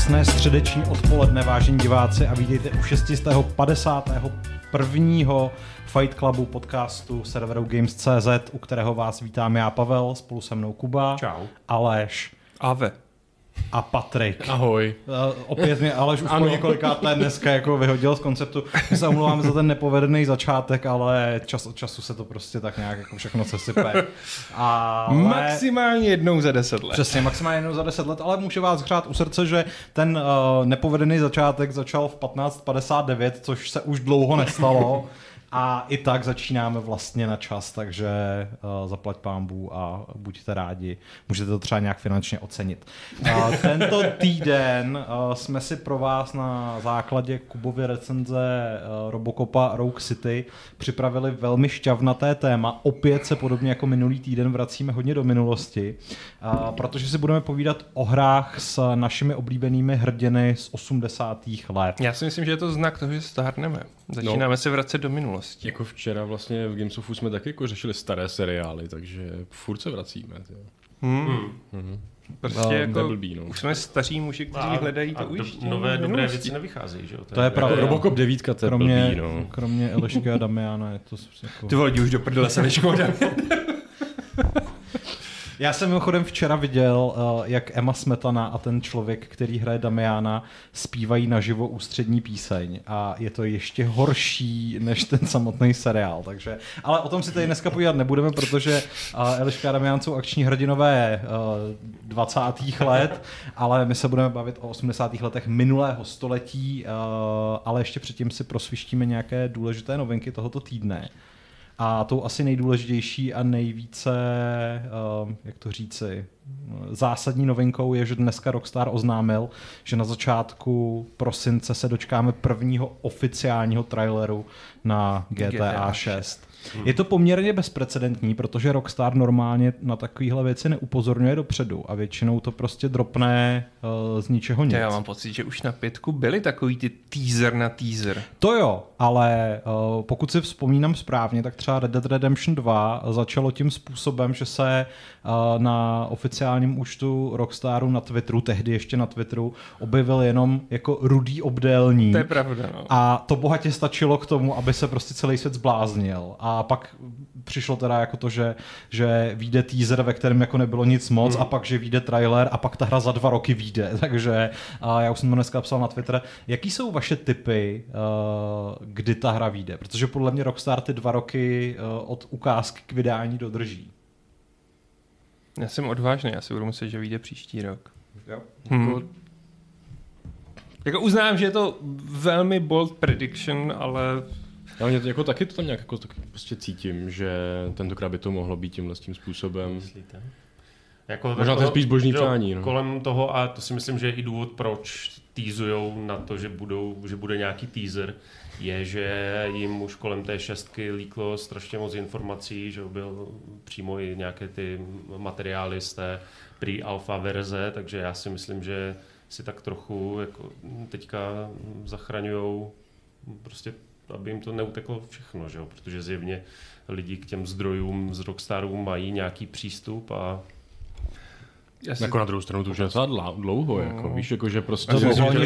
Krásné středeční odpoledne, vážení diváci, a vítejte u 651. Fight Clubu podcastu serveru Games.cz, u kterého vás vítám já, Pavel, spolu se mnou Kuba, Čau. Aleš Ave. a Patrik. Ahoj. Opět mě Aleš už po několikáté dneska jako vyhodil z konceptu. My se omlouváme za ten nepovedený začátek, ale čas od času se to prostě tak nějak jako všechno sesype. Maximálně jednou za 10 let. Přesně, maximálně jednou za 10 let, ale může vás hřát u srdce, že ten nepovedený začátek začal v 15:59, což se už dlouho nestalo. A i tak začínáme vlastně na čas, takže zaplať pánbů a buďte rádi. Můžete to třeba nějak finančně ocenit. Tento týden jsme si pro vás na základě Kubovy recenze Robocopa Rogue City připravili velmi šťavnaté téma. Opět se podobně jako minulý týden vracíme hodně do minulosti, protože si budeme povídat o hrách s našimi oblíbenými hrdiny z 80. let. Já si myslím, že je to znak toho, že stárneme. Začínáme se vracet do minulosti. Jako včera vlastně v Gamesofu jsme taky jako řešili staré seriály, takže furt se vracíme. Prostě jako blbý, no. Už jsme staří muži, kteří hledají to ujištění. Nové dobré věci nevycházejí, že jo? To je pravda. Robocop 9, to je blbý, no. Kromě Elišky a Damiana je to jako... Ty vole, už do prdele se neškoda. Já jsem mimochodem včera viděl, jak Emma Smetana a ten člověk, který hraje Damiana, zpívají naživo ústřední píseň a je to ještě horší než ten samotný seriál. Takže, ale o tom si tady dneska povídat nebudeme, protože Eliška a Damian jsou akční hrdinové 20. let, ale my se budeme bavit o 80. letech minulého století, ale ještě předtím si prosvištíme nějaké důležité novinky tohoto týdne. A tou asi nejdůležitější a nejvíce, jak to říci, zásadní novinkou je, že dneska Rockstar oznámil, že na začátku prosince se dočkáme prvního oficiálního traileru na GTA 6. Je to poměrně bezprecedentní, protože Rockstar normálně na takovéhle věci neupozorňuje dopředu a většinou to prostě dropne z ničeho nic. Já mám pocit, že už na 5 byly takový ty teaser na teaser. To jo, ale pokud si vzpomínám správně, tak třeba Red Dead Redemption 2 začalo tím způsobem, že se na oficiálním účtu Rockstaru na Twitteru, tehdy ještě na Twitteru, objevil jenom jako rudý obdélník. To je pravda, no. A to bohatě stačilo k tomu, aby se prostě celý svět zbláznil. A pak přišlo teda jako to, že vyjde teaser, ve kterém jako nebylo nic moc, a pak, že vyjde trailer a pak ta hra za 2 roky vyjde. Takže já už jsem to dneska psal na Twitter. Jaký jsou vaše tipy, kdy ta hra vyjde? Protože podle mě Rockstar ty 2 roky od ukázky k vydání dodrží. Já jsem odvážný, já si budu myslet, že vyjde příští rok. Jo. Jako uznám, že je to velmi bold prediction, ale... Já jako taky to tam nějak jako taky prostě cítím, že tentokrát by to mohlo být tímhle tím způsobem. Myslíte? Jako možná to je spíš božní přání. No. Kolem toho, a to si myslím, že je i důvod, proč teasujou na to, že bude nějaký teaser, je, že jim už kolem té 6 líklo strašně moc informací, že byl přímo i nějaké ty materiály z té pre-alpha verze, takže já si myslím, že si tak trochu jako teďka zachraňujou prostě, aby jim to neuteklo všechno, že jo? Protože zjevně lidi k těm zdrojům z Rockstaru mají nějaký přístup a jako na druhou stranu to už je docela dlouho, jako, víš, jako, že prostě...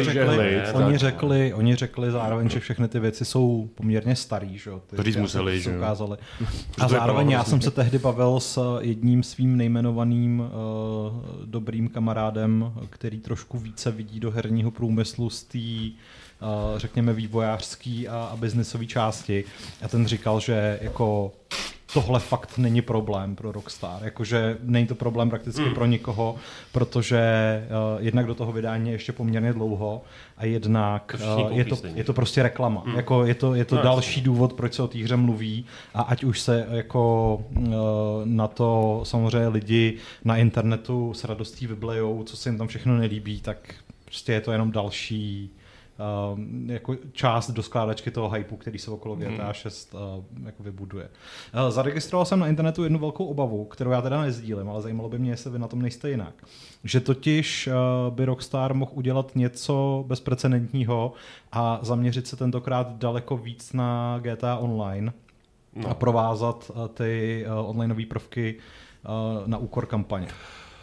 Oni řekli zároveň, že všechny ty věci jsou poměrně starý, že jo. To říct museli, že jo. A zároveň já jsem se tehdy bavil s jedním svým nejmenovaným dobrým kamarádem, který trošku více vidí do herního průmyslu z té řekněme vývojářský a biznisový části. A ten říkal, že jako tohle fakt není problém pro Rockstar. Jakože není to problém prakticky pro nikoho, protože jednak do toho vydání je ještě poměrně dlouho a jednak je to prostě reklama. Jako je to další důvod, proč se o té hře mluví, a ať už se jako na to samozřejmě lidi na internetu s radostí vyblejou, co se jim tam všechno nelíbí, tak prostě je to jenom další jako část do skládačky toho hypeu, který se okolo GTA 6 jako vybuduje. Zaregistroval jsem na internetu jednu velkou obavu, kterou já teda nezdílím, ale zajímalo by mě, jestli vy na tom nejste jinak. Že totiž by Rockstar mohl udělat něco bezprecedentního a zaměřit se tentokrát daleko víc na GTA Online a provázat ty onlineové prvky na úkor kampaně.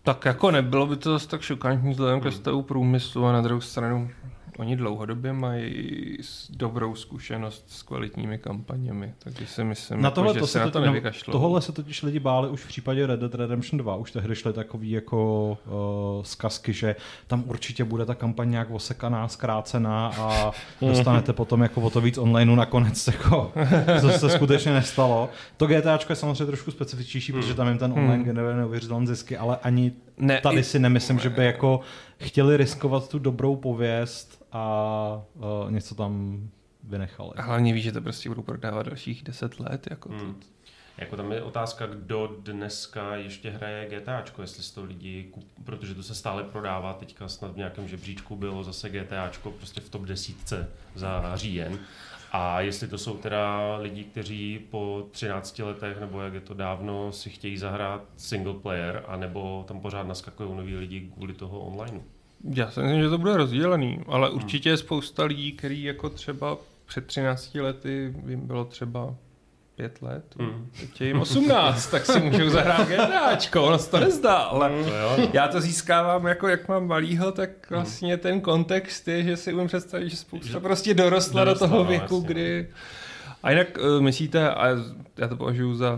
Tak jako nebylo by to zase tak šokantní vzhledem ke stavu průmyslu a na druhou stranu oni dlouhodobě mají dobrou zkušenost s kvalitními kampaněmi, takže si myslím, na tohle že to se na to nevykašlo. Tohle se totiž lidi báli už v případě Red Dead Redemption 2, už tehdy šly takový jako zkazky, že tam určitě bude ta kampaň nějak osekaná, zkrácená a dostanete potom jako o to víc onlineu nakonec, jako, co se skutečně nestalo. To GTAčko je samozřejmě trošku specifičnější, protože tam jim ten online generuje neuvěřitelné zisky, ale ani tady si nemyslím, že by jako chtěli riskovat tu dobrou pověst a něco tam vynechali. A hlavně víš, že to prostě budou prodávat dalších 10 let. Jako tam je otázka, kdo dneska ještě hraje GTAčko, jestli to lidi, protože to se stále prodává, teďka snad v nějakém žebříčku bylo zase GTAčko prostě v top 10 za říjen. A jestli to jsou teda lidi, kteří po 13 letech, nebo jak je to dávno, si chtějí zahrát single player, anebo tam pořád naskakují noví lidi kvůli toho onlineu. Já si myslím, že to bude rozdělený, ale určitě je spousta lidí, který jako třeba před 13 lety jim bylo třeba 5 let, teď je jim 18, tak si můžou zahrát GTAčko, ono se to nezdá, ale já to získávám jako jak mám malýho, tak vlastně ten kontext je, že si umím představit, že spousta prostě dorostla do toho věku, vlastně, kdy... A jinak myslíte, a já to považuji za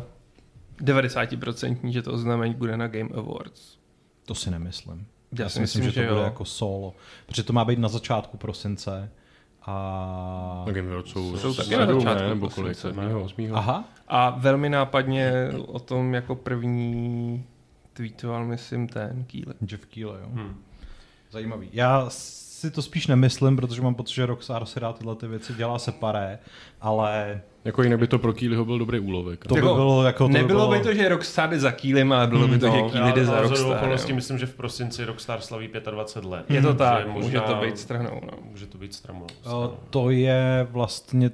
90%, že to oznámení bude na Game Awards? To si nemyslím. Já si myslím, že to bude jako solo, protože to má být na začátku prosince. A Game Awards jsou taky na začátku nebo kolik? 8. Aha. A velmi nápadně o tom jako první tweetoval, myslím, ten Keighley. Jeff Keighley, jo. Zajímavý. Já si to spíš nemyslím, protože mám pocit, že Rockstar si dá tyhle ty věci, dělá separé, ale... Jako jinak by to pro Keighleyho byl dobrý úlovek. To by bylo, jako, nebylo by to, že Rockstar jde za Keigleym, ale bylo by to, že Keighley jde za Rockstar. Okolností myslím, že v prosinci Rockstar slaví 25 let. Je to tak, může to být stranou. No. Může to být stranou. To je vlastně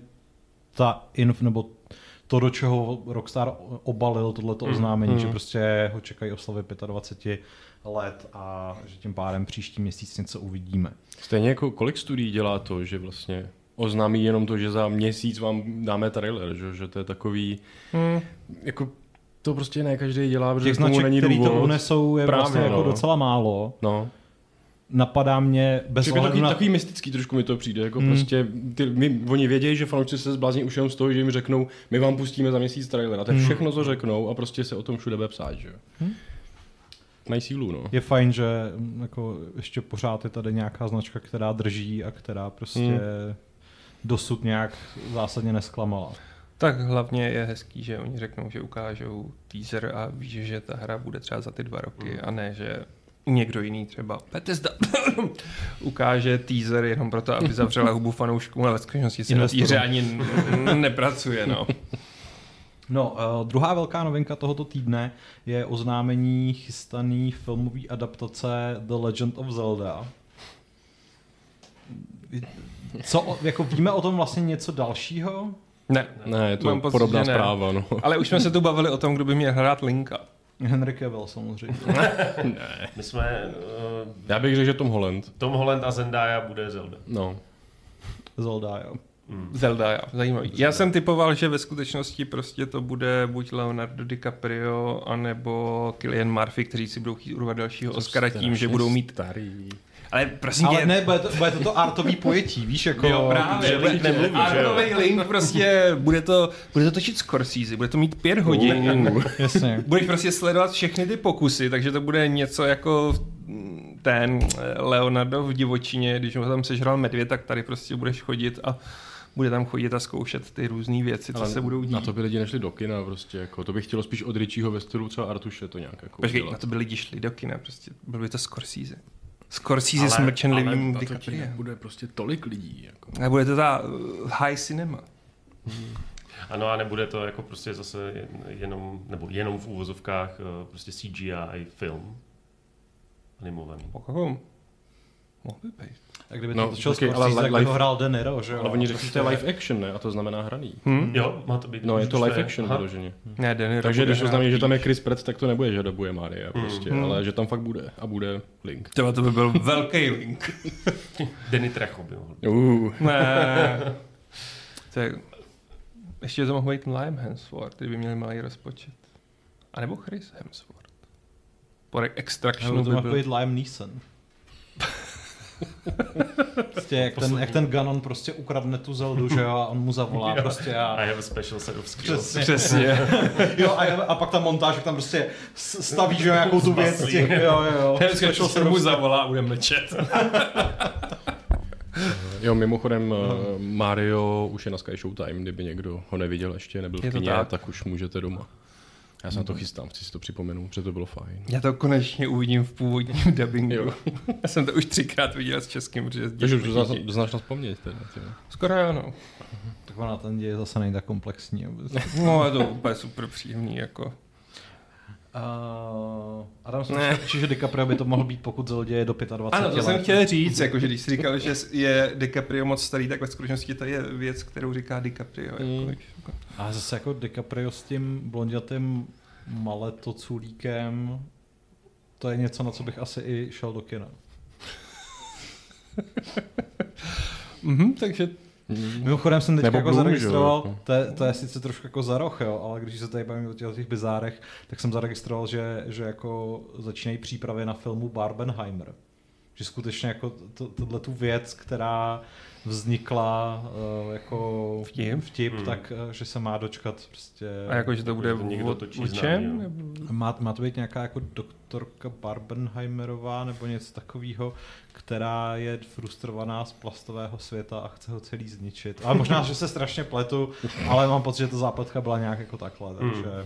nebo to, do čeho Rockstar obalil tohleto oznámení, že prostě ho čekají oslavy 25 let a že tím pádem příští měsíc něco uvidíme. Stejně jako kolik studií dělá to, že vlastně oznámí jenom to, že za měsíc vám dáme trailer, že to je takový, jako to prostě ne každý dělá, protože tomu není důvod. Těch značek, který to unesou, je právě, vlastně jako docela málo. No. Napadá mě bez ohledu na... Takový mystický trošku mi to přijde, jako prostě oni vědějí, že fanoušci se zblázní už jenom z toho, že jim řeknou, my vám pustíme za měsíc trailer a to je všechno, co řeknou a prostě se o tom všude bude psát, že jo. Mají sílu, no. Je fajn, že jako ještě pořád je tady nějaká značka, která drží a která prostě dosud nějak zásadně nesklamala. Tak hlavně je hezký, že oni řeknou, že ukážou teaser a víš, že ta hra bude třeba za ty 2 roky a ne, že někdo jiný třeba Bethesda ukáže teaser jenom proto, aby zavřela hubu fanouškům, ale ve skutečnosti si na týře ani nepracuje. No, druhá velká novinka tohoto týdne je oznámení chystaný filmové adaptace The Legend of Zelda. Co, jako víme o tom vlastně něco dalšího? Ne, je to podobná zpráva. No. Ale už jsme se tu bavili o tom, kdo by měl hrát Linka. Henry Cavill samozřejmě. Ne. My jsme... Já bych řekl, že Tom Holland. Tom Holland a Zendaya bude Zelda. No. Zelda, jo. Zelda, jo. Zajímavý. Já jsem typoval, že ve skutečnosti prostě to bude buď Leonardo DiCaprio, anebo Cillian Murphy, kteří si budou chtít urvat dalšího Oscara tím, že budou mít... Starý. Ale prosím ale ne, bude to artový pojetí, víš, jako... Jo, právě, Link nemluví, artový Link prostě, bude to točit Scorsese, bude to mít 5 hodin. Jasně. Budeš prostě sledovat všechny ty pokusy, takže to bude něco jako ten Leonardo v divočině, když ho tam sežral medvěd, tak tady prostě budeš chodit a bude tam chodit a zkoušet ty různé věci, co se budou dít. Na to by lidi nešli do kina, prostě, jako, to bych chtělo spíš od Richieho ve stylu třeba Artuše to nějak jako počkej, na to by lidi šli do kina, prostě, byl by to Scorsese. Scorsese s mlčenlivým DiCapriem. Bude prostě tolik lidí. Jako. A bude to ta high cinema. Ano, a nebude to jako prostě zase jenom v úvozovkách prostě CGI film animovaný. Mohl by být. A kdyby to točil Scorsese, tak by ho hrál De Niro, že jo? Ale oni řekli, že to je live action, ne? A to znamená hraný. Jo, má to být. No, je to live action vyloženě. Ne, De Niro. Takže když to znamená, že tam je Chris Pratt, tak to nebude, že dobuje Maria prostě, ale že tam fakt bude. A bude Link. To by byl velký Link. Danny Trejo by mohl. Ne. Ještě to mohl být Liam Hemsworth, kdyby měli malý rozpočet. A nebo Chris Hemsworth. po extractionu by byl... To Liam Neeson. Prostě jak ten Ganon prostě ukradne tu Zeldu, že jo, a on mu zavolá prostě a... I have a special set of skills. Přesně. Jo, a pak ta montáž, jak tam prostě staví, že jo, nějakou tu věc těch, jo. Special set mu zavolá a bude mlčet. Jo, mimochodem Mario už je na Sky Showtime, kdyby někdo ho neviděl ještě, nebyl v kině, tak už můžete doma. Já se na to chystám, chci si to připomenout, protože to bylo fajn. Já to konečně uvidím v původním dubbingu. Já jsem to už 3krát viděl s českým, protože to znáš na vzpomnět teda. Skoro ano. Tak ona ten děj zase nejde tak komplexní. No, je to úplně super příjemný, jako. Adam jsem říkal, že DiCaprio by to mohl být, pokud Zeldě je do 25 let. Ano, to jsem chtěl říct, jako, že když jsi říkal, že je DiCaprio moc starý, tak ve skutečnosti to je věc, kterou říká DiCaprio. Jako. A zase jako DiCaprio s tím blondětým maletoculíkem, to je něco, na co bych asi i šel do kina. Takže mimochodem jsem teď jako zaregistroval, to je sice trošku jako za roh, jo, ale když se tady bavíme o těch bizárech, tak jsem zaregistroval, že jako začínají přípravy na filmu Barbenheimer. Že skutečně jako tohle tu věc, která vznikla jako vtip, tak že se má dočkat prostě... A jako, že to bude o čem? Má to být nějaká jako doktorka Barbenheimerová nebo něco takového, která je frustrovaná z plastového světa a chce ho celý zničit. Ale možná, že se strašně pletu, ale mám pocit, že ta zápletka byla nějak jako takhle, takže...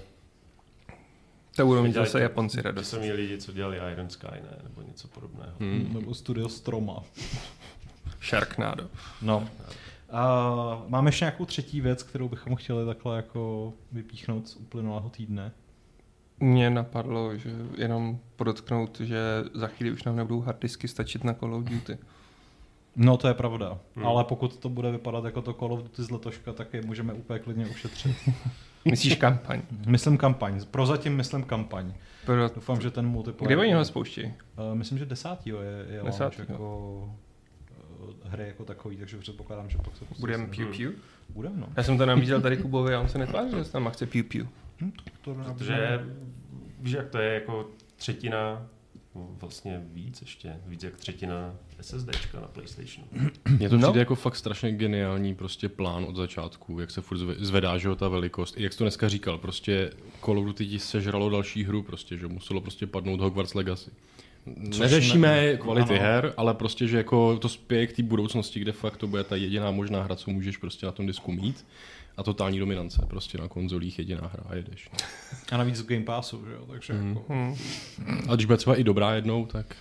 To budou mít zase Japonci radost. To jsou lidi, co dělali Iron Sky, ne? Nebo něco podobného. Nebo Studio Stroma. Sharknado. No. Máme ještě nějakou třetí věc, kterou bychom chtěli takhle jako vypíchnout z uplynulého týdne? Mně napadlo, že jenom podotknout, že za chvíli už nám nebudou harddisky stačit na Call of Duty. No to je pravda, ale pokud to bude vypadat jako to Call of Duty z letoška, tak je můžeme úplně klidně ušetřit. Myslíš kampaň? Myslím kampaň, prozatím myslím kampaň. Doufám, že ten multiplayer... Kdy oni ho spouští? Myslím, že 10. je launch jako hry jako takový, takže předpokládám, že pak se... Budeme piu-piu? Budeme, no. Já jsem to nabízel tady Kubovi a on se netvářil, že tam chce piu-piu. Protože víš, jak to je jako třetina, vlastně víc jak třetina SSDčka na PlayStationu. Mně to přijde jako fakt strašně geniální prostě plán od začátku, jak se furt zvedá, že ta velikost. I jak jsi to dneska říkal, prostě Call of Duty sežralo další hru, prostě, že muselo prostě padnout Hogwarts Legacy. Neřešíme kvality her, ale prostě, že jako to spěje k té budoucnosti, kde fakt to bude ta jediná možná hra, co můžeš prostě na tom disku mít. A totální dominance, prostě na konzolích jediná hra a jedeš. A navíc v Game Passu, že jo, takže jako... A když bude třeba i dobrá jednou, tak...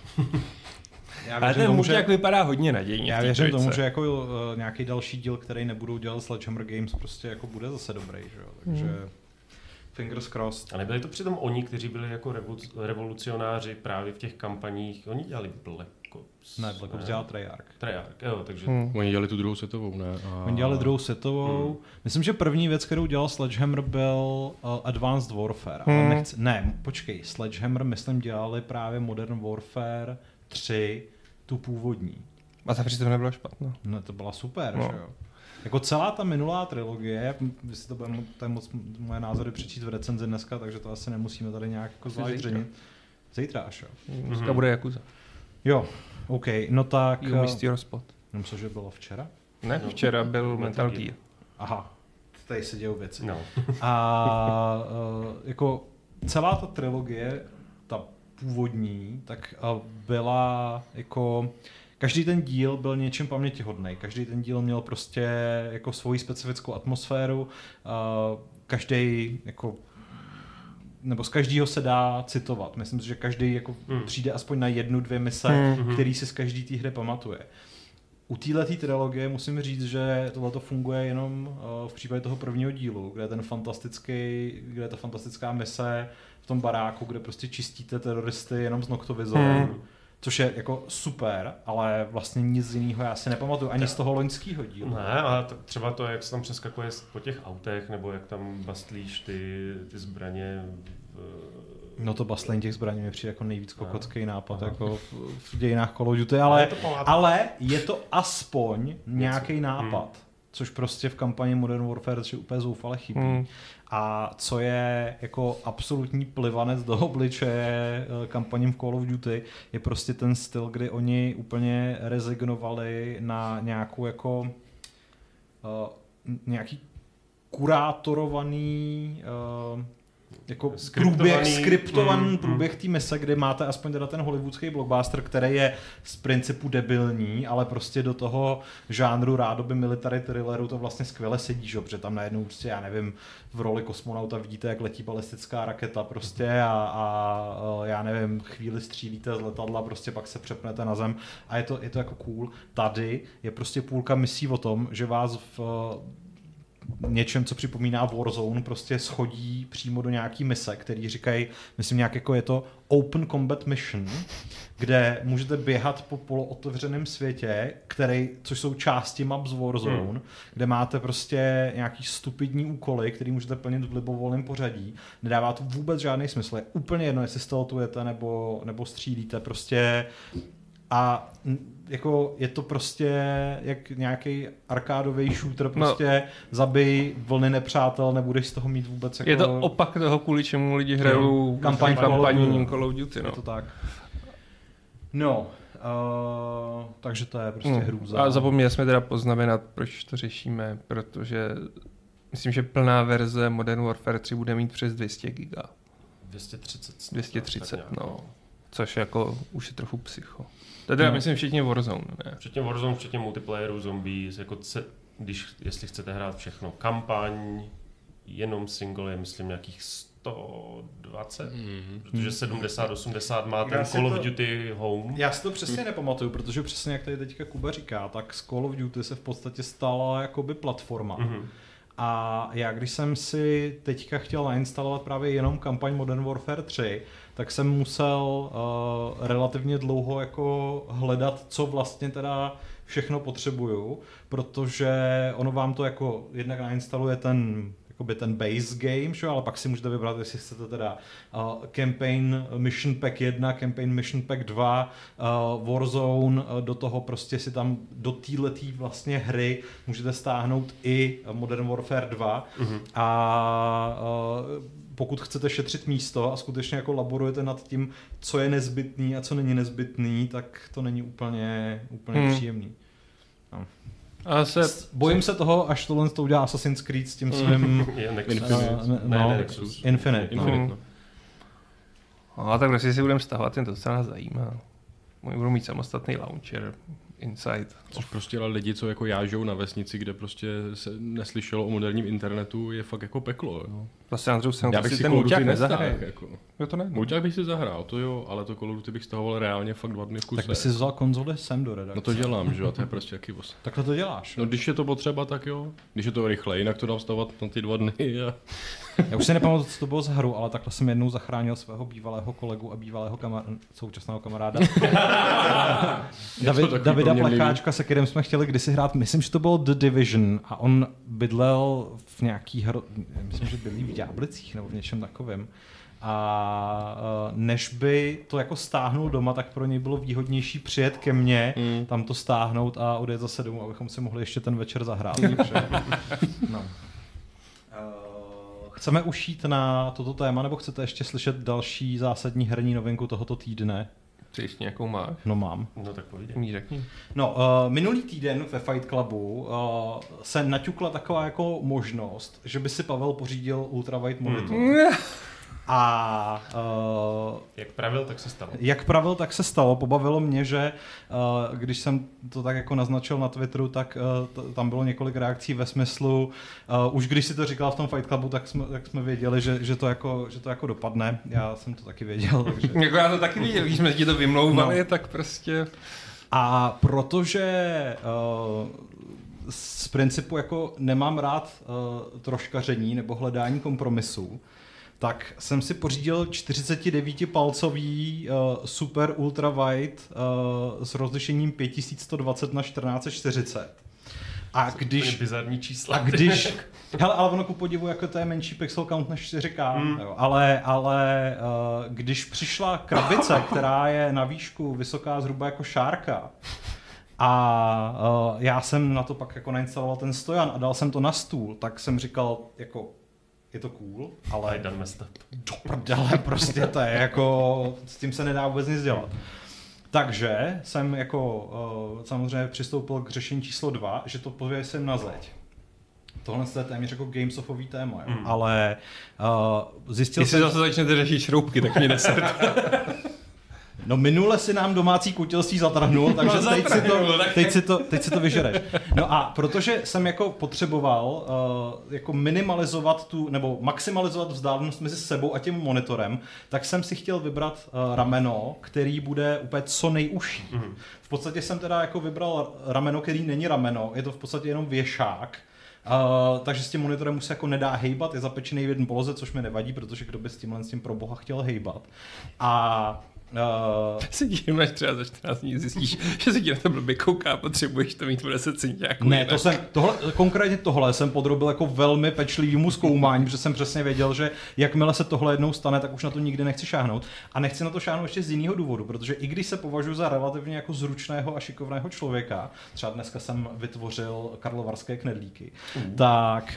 Ale ten mulťák vypadá hodně nadějně. Já věřím tomu, že jako nějaký další díl, který nebudou dělat Sledgehammer Games, prostě jako bude zase dobrý, že jo, takže... Fingers crossed. A nebyli to přitom oni, kteří byli jako revolucionáři právě v těch kampaních, oni dělali Black Ops. Ne, Black Ops dělal Treyarch. Jo, takže... Oni dělali tu druhou světovou, ne? Oni dělali druhou světovou. Myslím, že první věc, kterou dělal Sledgehammer, byl Advanced Warfare. Ale počkej, Sledgehammer, myslím, dělali právě Modern Warfare 3, tu původní. A ta přitom nebyla špatná. No, to byla super, že jo. Jako celá ta minulá trilogie, vy si to budete moc moje názory přečíst v recenzi dneska, takže to asi nemusíme tady nějak jako zvlášť zřejmě. Zítra až, jo. Dneska bude Yakuza. Jo, OK, no tak... You missed your spot. Nemyslel, že bylo včera? Ne, včera byl Metal Gear. Aha, tady se dějou věci. No. A jako celá ta trilogie, ta původní, tak byla jako... Každý ten díl byl něčím pamětihodný. Každý ten díl měl prostě jako svoji specifickou atmosféru. Každý jako nebo z každého se dá citovat. Myslím si, že každý jako přijde aspoň na 1-2 mise, který si z každý té hry pamatuje. U této trilogie musím říct, že tohleto funguje jenom v případě toho prvního dílu, kde je ta fantastická mise v tom baráku, kde prostě čistíte teroristy jenom s noktovizorem. Což je jako super, ale vlastně nic jiného já si nepamatuju, ani z toho loňského dílu. Ne, ale třeba to, jak se tam přeskakuje po těch autech, nebo jak tam bastlíš ty zbraně. No to bastlení těch zbraní mi přijde jako nejvíc kokocký nápad jako v dějinách Call of Duty, ale je to aspoň nějaký nápad. což prostě v kampani Modern Warfare 3 úplně zoufale chybí. A co je jako absolutní plivanec do obličeje kampaním v Call of Duty, je prostě ten styl, kdy oni úplně rezignovali na nějakou jako nějaký kurátorovaný jako skriptovaný průběh té mise, kdy máte aspoň teda ten hollywoodský blockbuster, který je z principu debilní, ale prostě do toho žánru rádoby military thrilleru to vlastně skvěle sedí, že? Protože tam najednou prostě, já nevím, v roli kosmonauta vidíte, jak letí balistická raketa prostě a já nevím, chvíli střílíte z letadla, prostě pak se přepnete na zem a je to jako cool. Tady je prostě půlka misí o tom, že vás v něčem, co připomíná Warzone, prostě schodí přímo do nějaký mise, který říkají, myslím nějak jako je to Open Combat Mission, kde můžete běhat po polootevřeném světě, což jsou části map z Warzone, kde máte prostě nějaký stupidní úkoly, který můžete plnit v libovolném pořadí. Nedává to vůbec žádný smysl. Je úplně jedno, jestli stealthujete nebo střílíte prostě. A jako je to prostě jak nějaký arkádový shooter, prostě zabij vlny nepřátel, nebudeš z toho mít vůbec jako... Je to opak toho, kvůli čemu lidi hrajou kampaň Call of Duty. Je to tak. No, takže to je prostě hrůza. A zapomněli jsme teda poznamenat, proč to řešíme, protože myslím, že plná verze Modern Warfare 3 bude mít přes 200 giga. 230, no. Což jako už je trochu psycho. Tedy já myslím včetně Warzone, ne? Včetně Warzone, včetně multiplayeru, zombies, jako jestli chcete hrát všechno. Kampaň, jenom single je myslím nějakých 120, protože 70-80 má ten Call of Duty Home. Já si to přesně nepamatuju, protože přesně jak tady teďka Kuba říká, tak z Call of Duty se v podstatě stala jakoby platforma. A já když jsem si teďka chtěl nainstalovat právě jenom kampaň Modern Warfare 3, tak jsem musel relativně dlouho jako hledat, co vlastně teda všechno potřebuju, protože ono vám to jako jednak nainstaluje ten base game, ale pak si můžete vybrat, jestli chcete teda Campaign Mission Pack 1, Campaign Mission Pack 2, Warzone, do toho prostě si tam do téhletý vlastně hry můžete stáhnout i Modern Warfare 2 a pokud chcete šetřit místo a skutečně jako laborujete nad tím, co je nezbytný a co není nezbytný, tak to není úplně příjemný. No. Bojím se toho, až tohle to udělá Assassin's Creed s tím svým Infinite. No. A tak když si budeme stahovat, ten to docela zajímá. Oni budou mít samostatný launcher, Inside. Což prostě lidi, co jako já žijou na vesnici, kde prostě se neslyšelo o moderním internetu, je fakt jako peklo. Jo. Vlastně na druhou stranu, já bych si ten mulťák nezahrál. Jako. Mulťák bych si zahrál, to jo, ale to Call of Duty bych stahoval reálně fakt 2 dny v kuse. Tak by si vzal konzoli sem do redakce. No to dělám, že jo, to je prostě jaký vos. Takhle to děláš. No když je to potřeba, tak jo. Když je to rychle, jinak to dám stahovat na ty 2 dny. Já už si nepamatuji, co to bylo z hru, ale takhle jsem jednou zachránil svého bývalého kolegu a bývalého současného kamaráda. Davida Plecháčka, se kterým jsme chtěli kdysi hrát, myslím, že to bylo The Division a on bydlel v nějaký myslím, že bydlí v Ďáblicích nebo v něčem takovém. A než by to jako stáhnul doma, tak pro něj bylo výhodnější přijet ke mně, tam to stáhnout a odjet zase domů, abychom si mohli ještě ten večer zahrát. No. Chceme už jít na toto téma, nebo chcete ještě slyšet další zásadní herní novinku tohoto týdne? Ty ještě nějakou máš? No mám. No tak povídej. Řekni. No, minulý týden ve Fight Clubu se naťukla taková jako možnost, že by si Pavel pořídil ultrawide monitor. A jak pravil, tak se stalo. Jak pravil, tak se stalo. Pobavilo mě, že když jsem to tak jako naznačil na Twitteru, tak tam bylo několik reakcí ve smyslu, už když si to říkal v tom Fight Clubu, tak jsme věděli, že to jako dopadne. Já jsem to taky věděl. Takže... Jako já to taky věděl, když jsme ti to vymlouvali, tak prostě... A protože z principu jako nemám rád troškaření nebo hledání kompromisů, tak jsem si pořídil 49-palcový super ultrawide s rozlišením 5120 na 1440. A když bizarní čísla. Hele, ale ono ku podivu, jako to je menší pixel count než 4K, jo, ale když přišla krabice, která je na výšku vysoká zhruba jako šárka, A já jsem na to pak jako nainstaloval ten stojan a dal jsem to na stůl, tak jsem říkal, jako je to cool, ale do prdele, prostě to je jako, s tím se nedá vůbec nic dělat. Takže jsem jako samozřejmě přistoupil k řešení číslo 2, že to pověsím na zeď. Tohle je téměř jako Gamesofový téma, jo. Ale zjistil jsem... Jestli zase začnete řešit šroubky, tak mě neserte. No minule si nám domácí kutilství zatrhnul, takže teď si to vyžereš. No a protože jsem jako potřeboval jako minimalizovat nebo maximalizovat vzdálenost mezi sebou a tím monitorem, tak jsem si chtěl vybrat rameno, který bude úplně co nejužší. V podstatě jsem teda jako vybral rameno, který není rameno, je to v podstatě jenom věšák. Takže s tím monitorem už se jako nedá hejbat, je zapečený v jedné poloze, což mi nevadí, protože kdo by s tím pro boha chtěl hejbat. A se dívím, až třeba za 14 dní zjistíš, že se ti na to blbě kouká a potřebuješ to mít o 10 centiáků. Ne, konkrétně tohle jsem podrobil jako velmi pečlivýmu zkoumání, protože jsem přesně věděl, že jakmile se tohle jednou stane, tak už na to nikdy nechci šáhnout. A nechci na to šáhnout ještě z jiného důvodu, protože i když se považuji za relativně jako zručného a šikovného člověka, třeba dneska jsem vytvořil karlovarské knedlíky, tak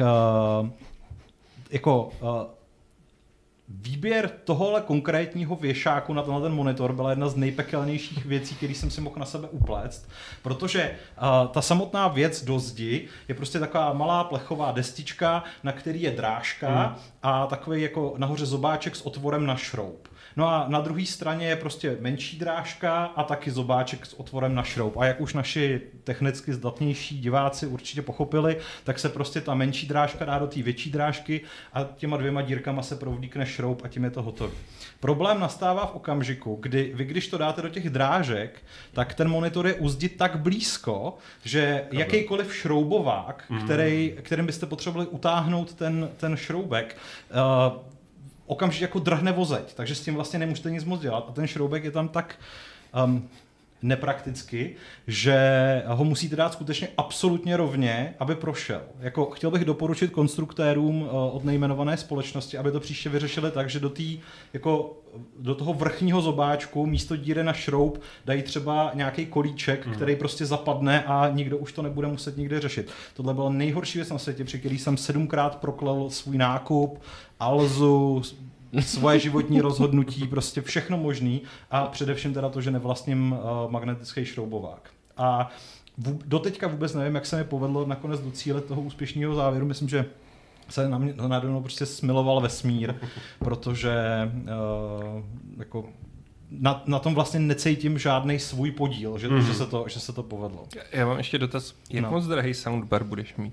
výběr tohohle konkrétního věšáku na tenhle ten monitor byla jedna z nejpekelnějších věcí, které jsem si mohl na sebe upléct, protože ta samotná věc do zdi je prostě taková malá plechová destička, na který je drážka a takový jako nahoře zobáček s otvorem na šroub. No a na druhé straně je prostě menší drážka a taky zobáček s otvorem na šroub. A jak už naši technicky zdatnější diváci určitě pochopili, tak se prostě ta menší drážka dá do té větší drážky a těma 2 dírkama se provlíkne šroub a tím je to hotový. Problém nastává v okamžiku, kdy vy když to dáte do těch drážek, tak ten monitor je u zdi tak blízko, že jakýkoliv šroubovák, kterým byste potřebovali utáhnout ten šroubek, okamžitě jako drhne vozeď, takže s tím vlastně nemůžete nic moc dělat a ten šroubek je tam tak neprakticky, že ho musíte dát skutečně absolutně rovně, aby prošel. Jako chtěl bych doporučit konstruktérům od nejmenované společnosti, aby to příště vyřešili tak, že do toho vrchního zobáčku místo díry na šroub dají třeba nějaký kolíček, který prostě zapadne a nikdo už to nebude muset nikdy řešit. Tohle byla nejhorší věc na světě, při který jsem 7krát proklel svůj nákup, Alzu, svoje životní rozhodnutí, prostě všechno možný a především teda to, že nevlastním magnetický šroubovák. A doteďka vůbec nevím, jak se mi povedlo nakonec docílit toho úspěšného závěru. Myslím, že se na mě nade mnou prostě smiloval vesmír, protože jako na tom vlastně necítím žádný svůj podíl, že se to povedlo. Já mám ještě dotaz, jak moc drahý soundbar budeš mít?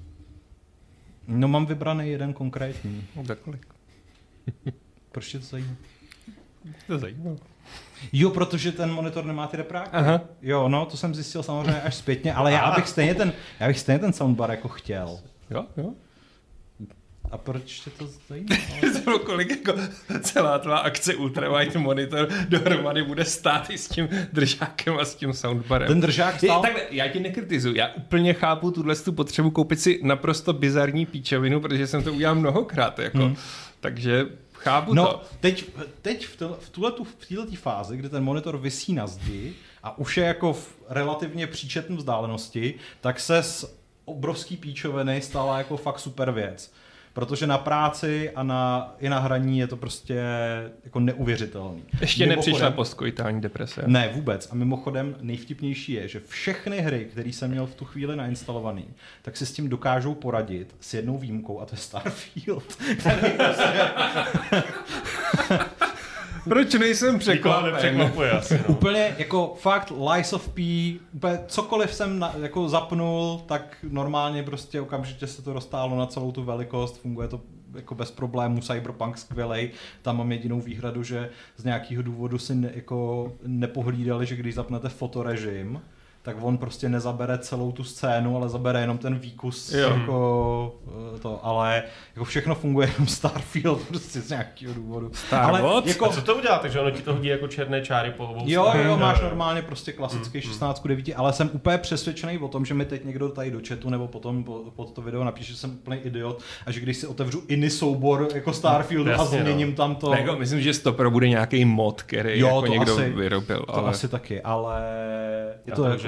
No mám vybraný jeden konkrétní. Za kolik? Proč tě to zajímá? To zajímá. Jo, protože ten monitor nemá ty repráky. Aha. Jo, no, to jsem zjistil samozřejmě až zpětně, ale já bych stejně ten soundbar jako chtěl. Jo. A proč tě to zajímá? Kolik jako celá tvá akce Ultrawide monitor dohromady bude stát i s tím držákem a s tím soundbarem. Ten držák stál... Takhle, já ti nekritizuju, já úplně chápu tu potřebu koupit si naprosto bizarní píčovinu, protože jsem to udělal mnohokrát, jako. Takže chápu to. Teď v této fázi, kdy ten monitor visí na zdi a už je jako v relativně příčetné vzdálenosti, tak se z obrovský píčoviny stala jako fakt super věc. Protože na práci a i na hraní je to prostě jako neuvěřitelný. Ještě nepřišla postkoitální deprese. Ne, vůbec. A mimochodem nejvtipnější je, že všechny hry, které jsem měl v tu chvíli nainstalovaný, tak si s tím dokážou poradit s jednou výjimkou a to je Starfield. Proč nejsem překvapen? Úplně jako fakt Lies of P, úplně cokoliv jsem jako zapnul, tak normálně prostě okamžitě se to roztáhlo na celou tu velikost, funguje to jako bez problémů, Cyberpunk skvělej, tam mám jedinou výhradu, že z nějakého důvodu si nepohlídali, že když zapnete fotorežim, tak on prostě nezabere celou tu scénu, ale zabere jenom ten výkus, jako to, ale jako všechno funguje jenom Starfield prostě z nějakého důvodu. Jako... A co to udělá? Takže ono ti to hodí jako černé čáry po obou Jo, máš normálně prostě klasický 16:9, ale jsem úplně přesvědčený o tom, že mi teď někdo tady do chatu nebo potom pod to video napíše, že jsem úplný idiot a že když si otevřu jiný soubor jako Starfieldu a změním tam to... Jako, myslím, že stopro bude nějaký mod, který jako někdo vyrobil. To asi taky, ale je to jako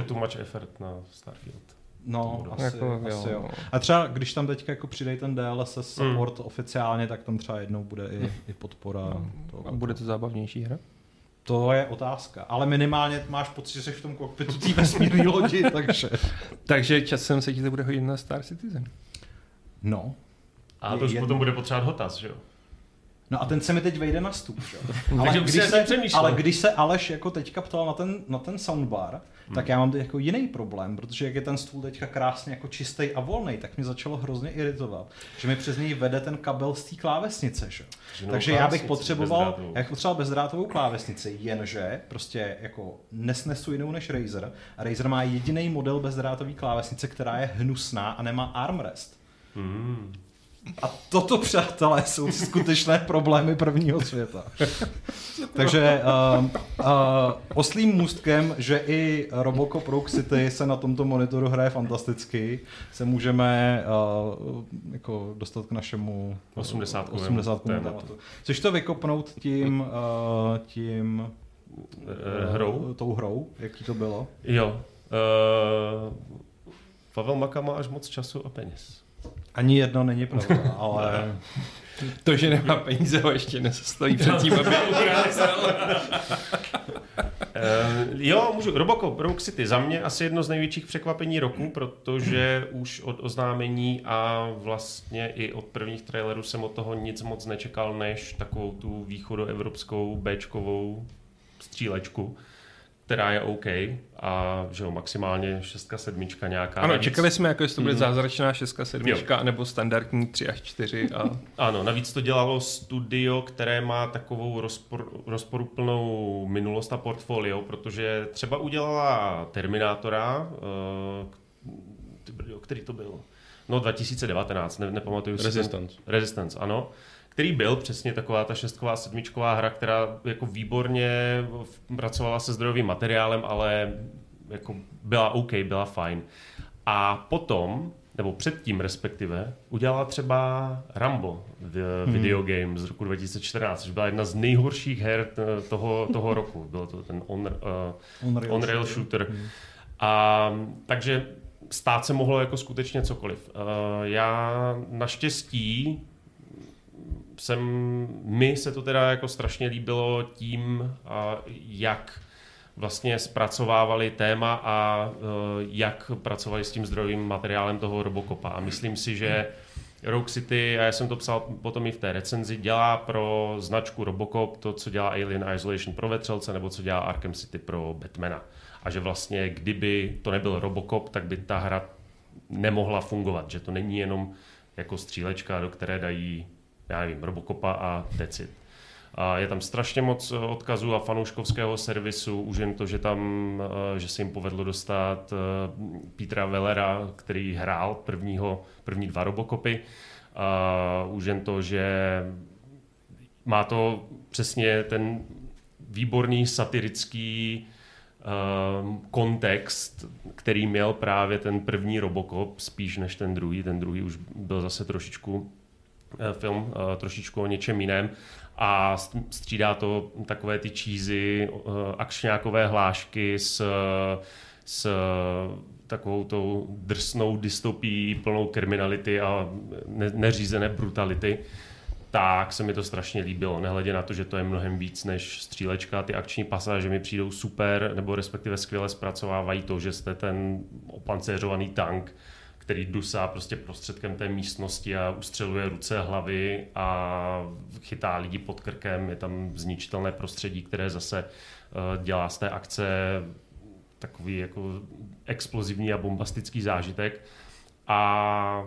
too much effort na Starfield. No, asi jo. A třeba, když tam teďka jako přidej ten DLSS support oficiálně, tak tam třeba jednou bude i podpora. A bude to zábavnější hra? To je otázka, ale minimálně máš pocit, že jsi v tom kokpitu té vesmírné lodi, takže... Takže časem se ti to bude hodit na Star Citizen. No. A to už potom bude potřebovat hotaz, že jo? No a ten se mi teď vejde na stůl, že? Ale když se Aleš jako teďka ptal na ten soundbar, tak já mám teď jako jiný problém, protože jak je ten stůl teďka krásně jako čistý a volný, tak mě začalo hrozně iritovat, že mi přes něj vede ten kabel z té klávesnice, že? Takže já bych potřeboval bezdrátovou klávesnici, jenže prostě jako nesnesu jinou než Razer. A Razer má jediný model bezdrátové klávesnice, která je hnusná a nemá armrest. A toto, přátelé, jsou skutečné problémy prvního světa. Takže oslým můstkem, že i Robocop Rogue City se na tomto monitoru hraje fantasticky, se můžeme jako dostat k našemu 80. tématu. Chceš to vykopnout tou hrou? Jaký to bylo? Jo. Pavel Maka má až moc času a peněz. Ani jedno není pravda, ale... To, že nemá peníze, ho ještě nezastaví před tím, aby ukázal. Jo, můžu. Robocop Rogue City za mě asi jedno z největších překvapení roku, protože už od oznámení a vlastně i od prvních trailerů jsem od toho nic moc nečekal, než takovou tu východoevropskou béčkovou střílečku, která je OK a že jo, maximálně 6, 7 nějaká. Ano, čekali jsme, jako jestli to bude zázračná 6, 7 nebo standardní 3 až 4. Ano, navíc to dělalo studio, které má takovou rozporuplnou minulost a portfolio, protože třeba udělala Terminátora, který to byl? No 2019, nepamatuju si. Resistance, ano. Který byl přesně taková ta 6, 7 hra, která jako výborně pracovala se zdrojovým materiálem, ale jako byla OK, byla fajn. A potom, nebo předtím respektive, udělala třeba Rambo video game z roku 2014, což byla jedna z nejhorších her toho roku. Bylo to ten on-rail shooter. A takže stát se mohlo jako skutečně cokoliv. Já naštěstí mi se to teda jako strašně líbilo tím, jak vlastně zpracovávali téma a jak pracovali s tím zdrojovým materiálem toho Robocopa. A myslím si, že Rogue City, a já jsem to psal potom i v té recenzi, dělá pro značku Robocop to, co dělá Alien Isolation pro vetřelce, nebo co dělá Arkham City pro Batmana. A že vlastně, kdyby to nebyl Robocop, tak by ta hra nemohla fungovat. Že to není jenom jako střílečka, do které dají, já nevím, Robocopa a decid. A je tam strašně moc odkazů a fanouškovského servisu, už jen to, že se jim povedlo dostat Petera Wellera, který hrál první 2 Robocopy. A už jen to, že má to přesně ten výborný satirický kontext, který měl právě ten první Robocop, spíš než ten druhý. Ten druhý už byl zase trošičku film, trošičku o něčem jiném. A střídá to takové ty cheesy, akčňákové hlášky s takovou tou drsnou dystopií plnou kriminality a neřízené brutality. Tak se mi to strašně líbilo, nehledě na to, že to je mnohem víc než střílečka. Ty akční pasáže mi přijdou super, nebo respektive skvěle zpracovávají to, že jste ten opancéřovaný tank, který dusá prostě prostředkem té místnosti a ustřeluje ruce, hlavy a chytá lidi pod krkem. Je tam zničitelné prostředí, které zase dělá z té akce takový jako explozivní a bombastický zážitek. A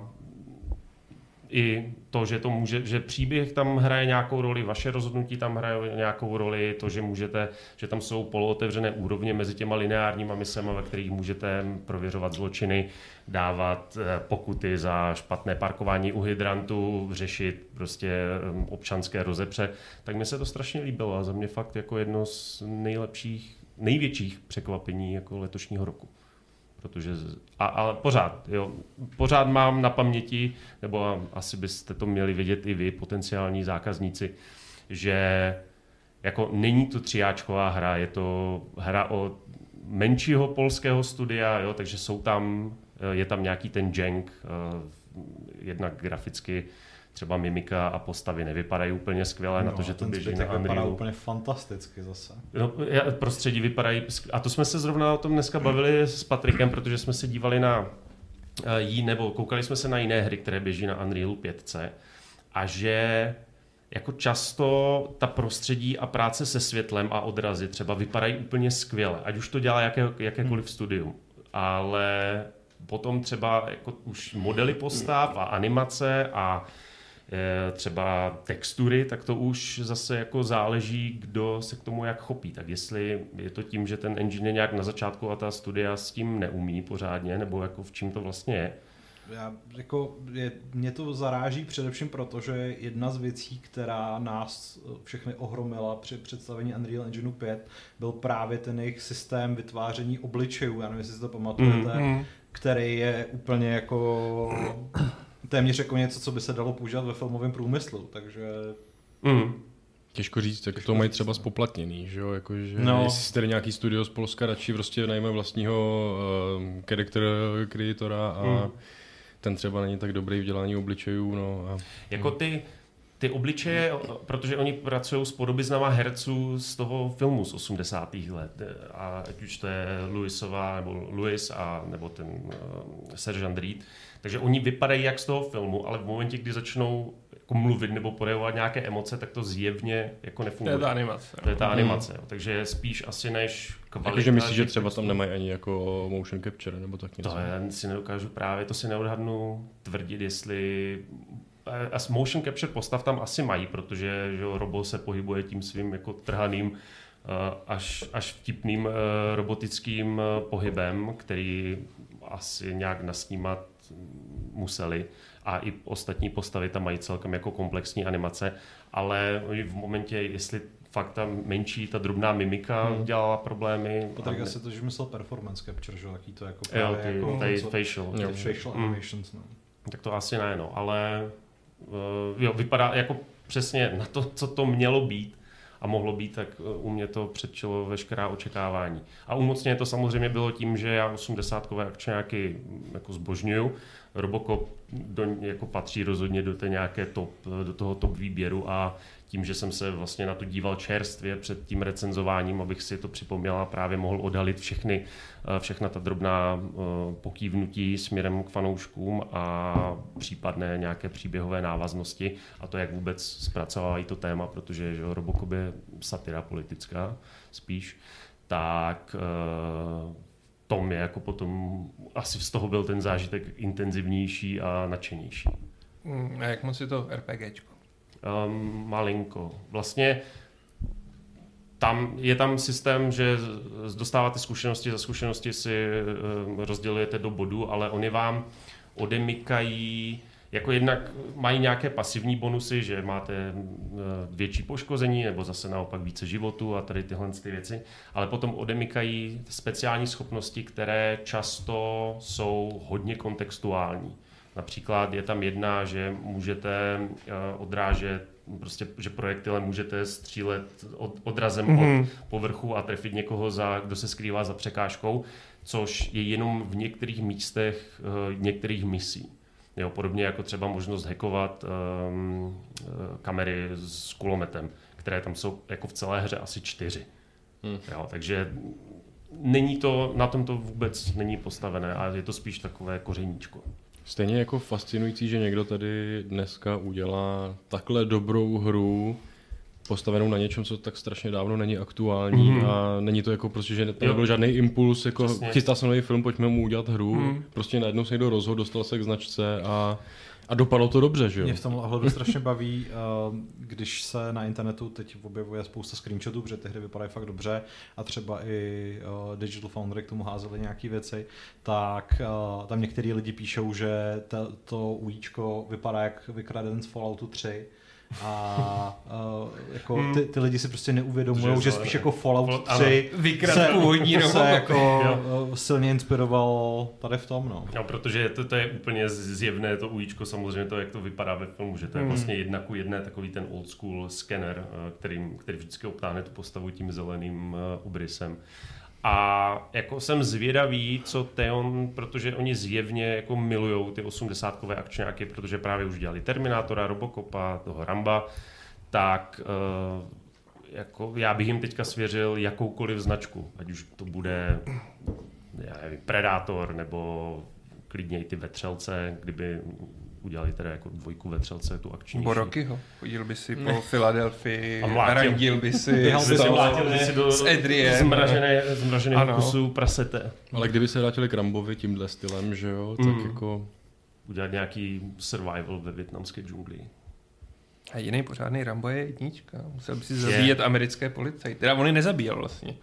i to, že příběh tam hraje nějakou roli, vaše rozhodnutí tam hraje nějakou roli, to, že tam jsou polootevřené úrovně mezi těma lineárníma misema, ve kterých můžete prověřovat zločiny, dávat pokuty za špatné parkování u hydrantu, řešit prostě občanské rozepře, tak mi se to strašně líbilo a za mě fakt jako jedno z největších překvapení jako letošního roku. Protože, ale pořád mám na paměti, nebo asi byste to měli vědět i vy, potenciální zákazníci, že jako není to 3áčková hra, je to hra o menšího polského studia, jo, takže je tam nějaký ten dženg, jednak graficky třeba mimika a postavy nevypadají úplně skvěle na to, že to běží na Unrealu. Vypadá úplně fantasticky zase. No, prostředí vypadají, a to jsme se zrovna o tom dneska bavili s Patrikem, protože jsme se dívali na nebo koukali jsme se na jiné hry, které běží na Unrealu 5 a že jako často ta prostředí a práce se světlem a odrazy třeba vypadají úplně skvěle, ať už to dělá jakékoliv studium, ale potom třeba jako už modely postav a animace a třeba textury, tak to už zase jako záleží, kdo se k tomu jak chopí. Tak jestli je to tím, že ten engine je nějak na začátku a ta studia s tím neumí pořádně, nebo jako v čím to vlastně je? Mě to zaráží především proto, že jedna z věcí, která nás všechny ohromila při představení Unreal Engine 5, byl právě ten jejich systém vytváření obličejů. Já nevím, jestli si to pamatujete, který je úplně jako téměř jako něco, co by se dalo používat ve filmovém průmyslu, takže... Těžko říct, jak to mají třeba spoplatněný, že jo, jakože jestli si tady nějaký studio z Polska radši prostě najme vlastního character creatora a ten třeba není tak dobrý v dělání obličejů, no. Jako ty obličeje, protože oni pracují s podobiznama herců z toho filmu z 80. let, a ať už to je Louis nebo ten Sergeant Reed, takže oni vypadají jak z toho filmu, ale v momentě, kdy začnou jako mluvit nebo projevovat nějaké emoce, tak to zjevně jako nefunguje. To je ta animace. Jo. Takže spíš asi než kvalita. Takže myslíš, že třeba tam nemají ani jako motion capture nebo tak něco? To já si nedokážu to si neodhadnu tvrdit, jestli... A motion capture postav tam asi mají, protože že Robo se pohybuje tím svým jako trhaným až vtipným robotickým pohybem, který asi nějak nasnímat museli, a i ostatní postavy tam mají celkem jako komplexní animace, ale v momentě, jestli fakt ta menší, ta drobná mimika dělala problémy. Tak asi to, že myslel performance capture, že taký to jako právě facial. Facial animations, no. Tak to asi ne, no, ale vypadá jako přesně na to, co to mělo být a mohlo být, tak u mě to předčilo veškerá očekávání. A umocně to samozřejmě bylo tím, že já 80kové akčňáky jako zbožňuju. Robocop jako patří rozhodně do toho top výběru, a tím, že jsem se vlastně na to díval čerstvě před tím recenzováním, abych si to připomněl a právě mohl odhalit všechna ta drobná pokývnutí směrem k fanouškům a případné nějaké příběhové návaznosti a to, jak vůbec zpracovávají to téma, protože že Robocop je satira politická spíš, tak to mě jako potom asi z toho byl ten zážitek intenzivnější a nadšenější. A jak moc je to RPGčko? Malinko. Vlastně je tam systém, že dostáváte zkušenosti, za zkušenosti si rozdělujete do bodů, ale oni vám odemykají, jako jednak mají nějaké pasivní bonusy, že máte větší poškození nebo zase naopak více životu a tady tyhle ty věci, ale potom odemykají speciální schopnosti, které často jsou hodně kontextuální. Například je tam jedna, že můžete odrážet, prostě, že projektilem můžete střílet odrazem od povrchu a trefit někoho, kdo se skrývá za překážkou, což je jenom v některých místech některých misí. Jo, podobně jako třeba možnost hackovat kamery s kulometem, které tam jsou jako v celé hře asi 4. Jo, takže na tom to vůbec není postavené a je to spíš takové kořeníčko. Stejně jako fascinující, že někdo tady dneska udělá takhle dobrou hru postavenou na něčem, co tak strašně dávno není aktuální a není to jako prostě, že nebyl žádný impuls, jako chystá se nový film, pojďme mu udělat hru, prostě najednou se někdo rozhodl, dostal se k značce a dopadlo to dobře, že jo? Mě v tomhle ohledu strašně baví, když se na internetu teď objevuje spousta screenshotů, protože ty hry vypadají fakt dobře a třeba i Digital Foundry k tomu házeli nějaké věci, tak tam některý lidi píšou, že to UIčko vypadá jak vykraden z Falloutu 3 a jako ty lidi si prostě neuvědomují, že spíš jako Fallout 3 se jako silně inspiroval tady v tom. No, protože to je úplně zjevné, to UIčko samozřejmě, to jak to vypadá ve filmu, že to je vlastně 1:1 takový ten old school scanner, který vždycky obtáhne tu postavu tím zeleným obrysem. A jako jsem zvědavý, co Theon, protože oni zjevně jako milujou ty 80kové akčňáky, protože právě už dělali Terminátora, Robocopa, toho Ramba, tak jako já bych jim teďka svěřil jakoukoliv značku, ať už to bude Predator nebo klidně i ty vetřelce, kdyby udělali teda jako 2 vetřelce, tu akční. Nebo Rockyho. Chodil by si po Filadelfii, randil by si s Adriem. Zmraženého kusu prasete. Ale kdyby se vrátili k Rambovi tímhle stylem, že jo, tak jako... Udělat nějaký survival ve vietnamské džungli. A jiný pořádný Rambo je 1. Musel by si zabíjet americké policajty. Teda on je nezabíjel vlastně.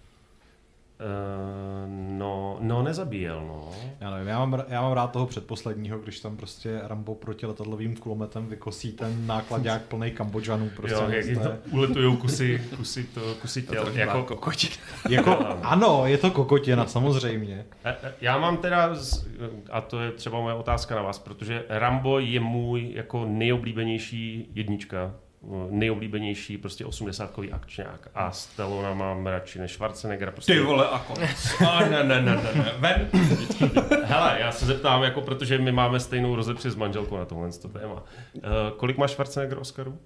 No, nezabíjel, no. Já nevím, já mám rád toho předposledního, když tam prostě Rambo proti letadlovým kulometem vykosí ten nákladák plný Kambodžanů. Prostě jo, jak to uletujou kusy těl. Jako kokotina. Ano, je to kokotina, samozřejmě. Já mám teda, a to je třeba moje otázka na vás, protože Rambo je můj jako nejoblíbenější 1. Nejoblíbenější prostě 80kový akčňák a Stallona mám radši než Schwarzeneggera. Prostě... Ty vole, a konec. Ne. Ven. Hele, já se zeptám, jako, protože my máme stejnou rozepři s manželkou na tohle téma. Kolik má Schwarzenegger Oscarů?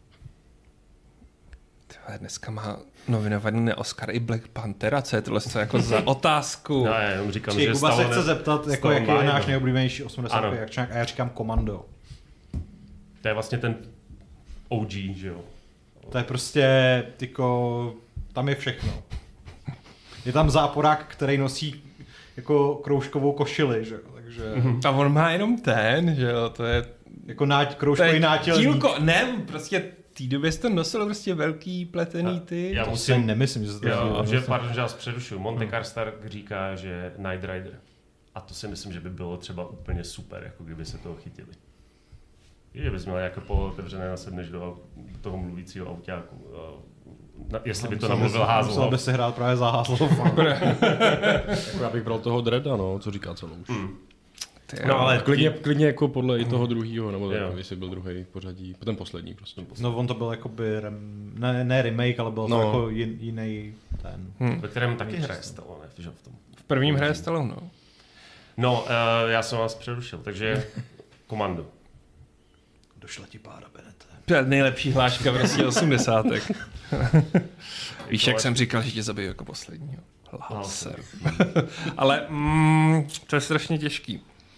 Dneska má nominovaný Oscar i Black Panther, a co je tohle jako za otázku? Já jenom říkám, že Kuba se chce zeptat, jako, jaký je náš nejoblíbenější 80kový akčňák a já říkám Commando. To je vlastně ten OG, že jo? To je prostě, tyko, tam je všechno. Je tam záporák, který nosí jako kroužkovou košili, že jo? Takže... A on má jenom ten, že jo? To je... Jako kroužkový nátělník. Ne, prostě v té době jsi to nosil prostě velký pletený ty. Já nemyslím, že se to pardon, že vás přerušuju. Monte Karstark říká, že Knight Rider. A to si myslím, že by bylo třeba úplně super, jako kdyby se toho chytili. Že bys měl jako pootevřené nasedneš do toho mluvícího autáku. Jestli by to namluvil Házl. Musel by si hrát právě za Házlova. Jako já bych bral toho Dredda, no, co říká celou už. No, ale klidně jako podle i toho druhýho, nebo jestli byl druhý pořadí, ten poslední prostě. No on to byl jakoby, ne remake, ale byl to jako jiný ten. Ve kterém taky hraje Stallone, že v tom. V prvním hraje Stallone, no. No, já jsem vás přerušil, takže Komando. Došla ti pára, Benete. To je nejlepší hláška v roce 80. Víš, jak jsem říkal, že tě zabiju jako posledního. Hláser. Ale to je strašně těžký.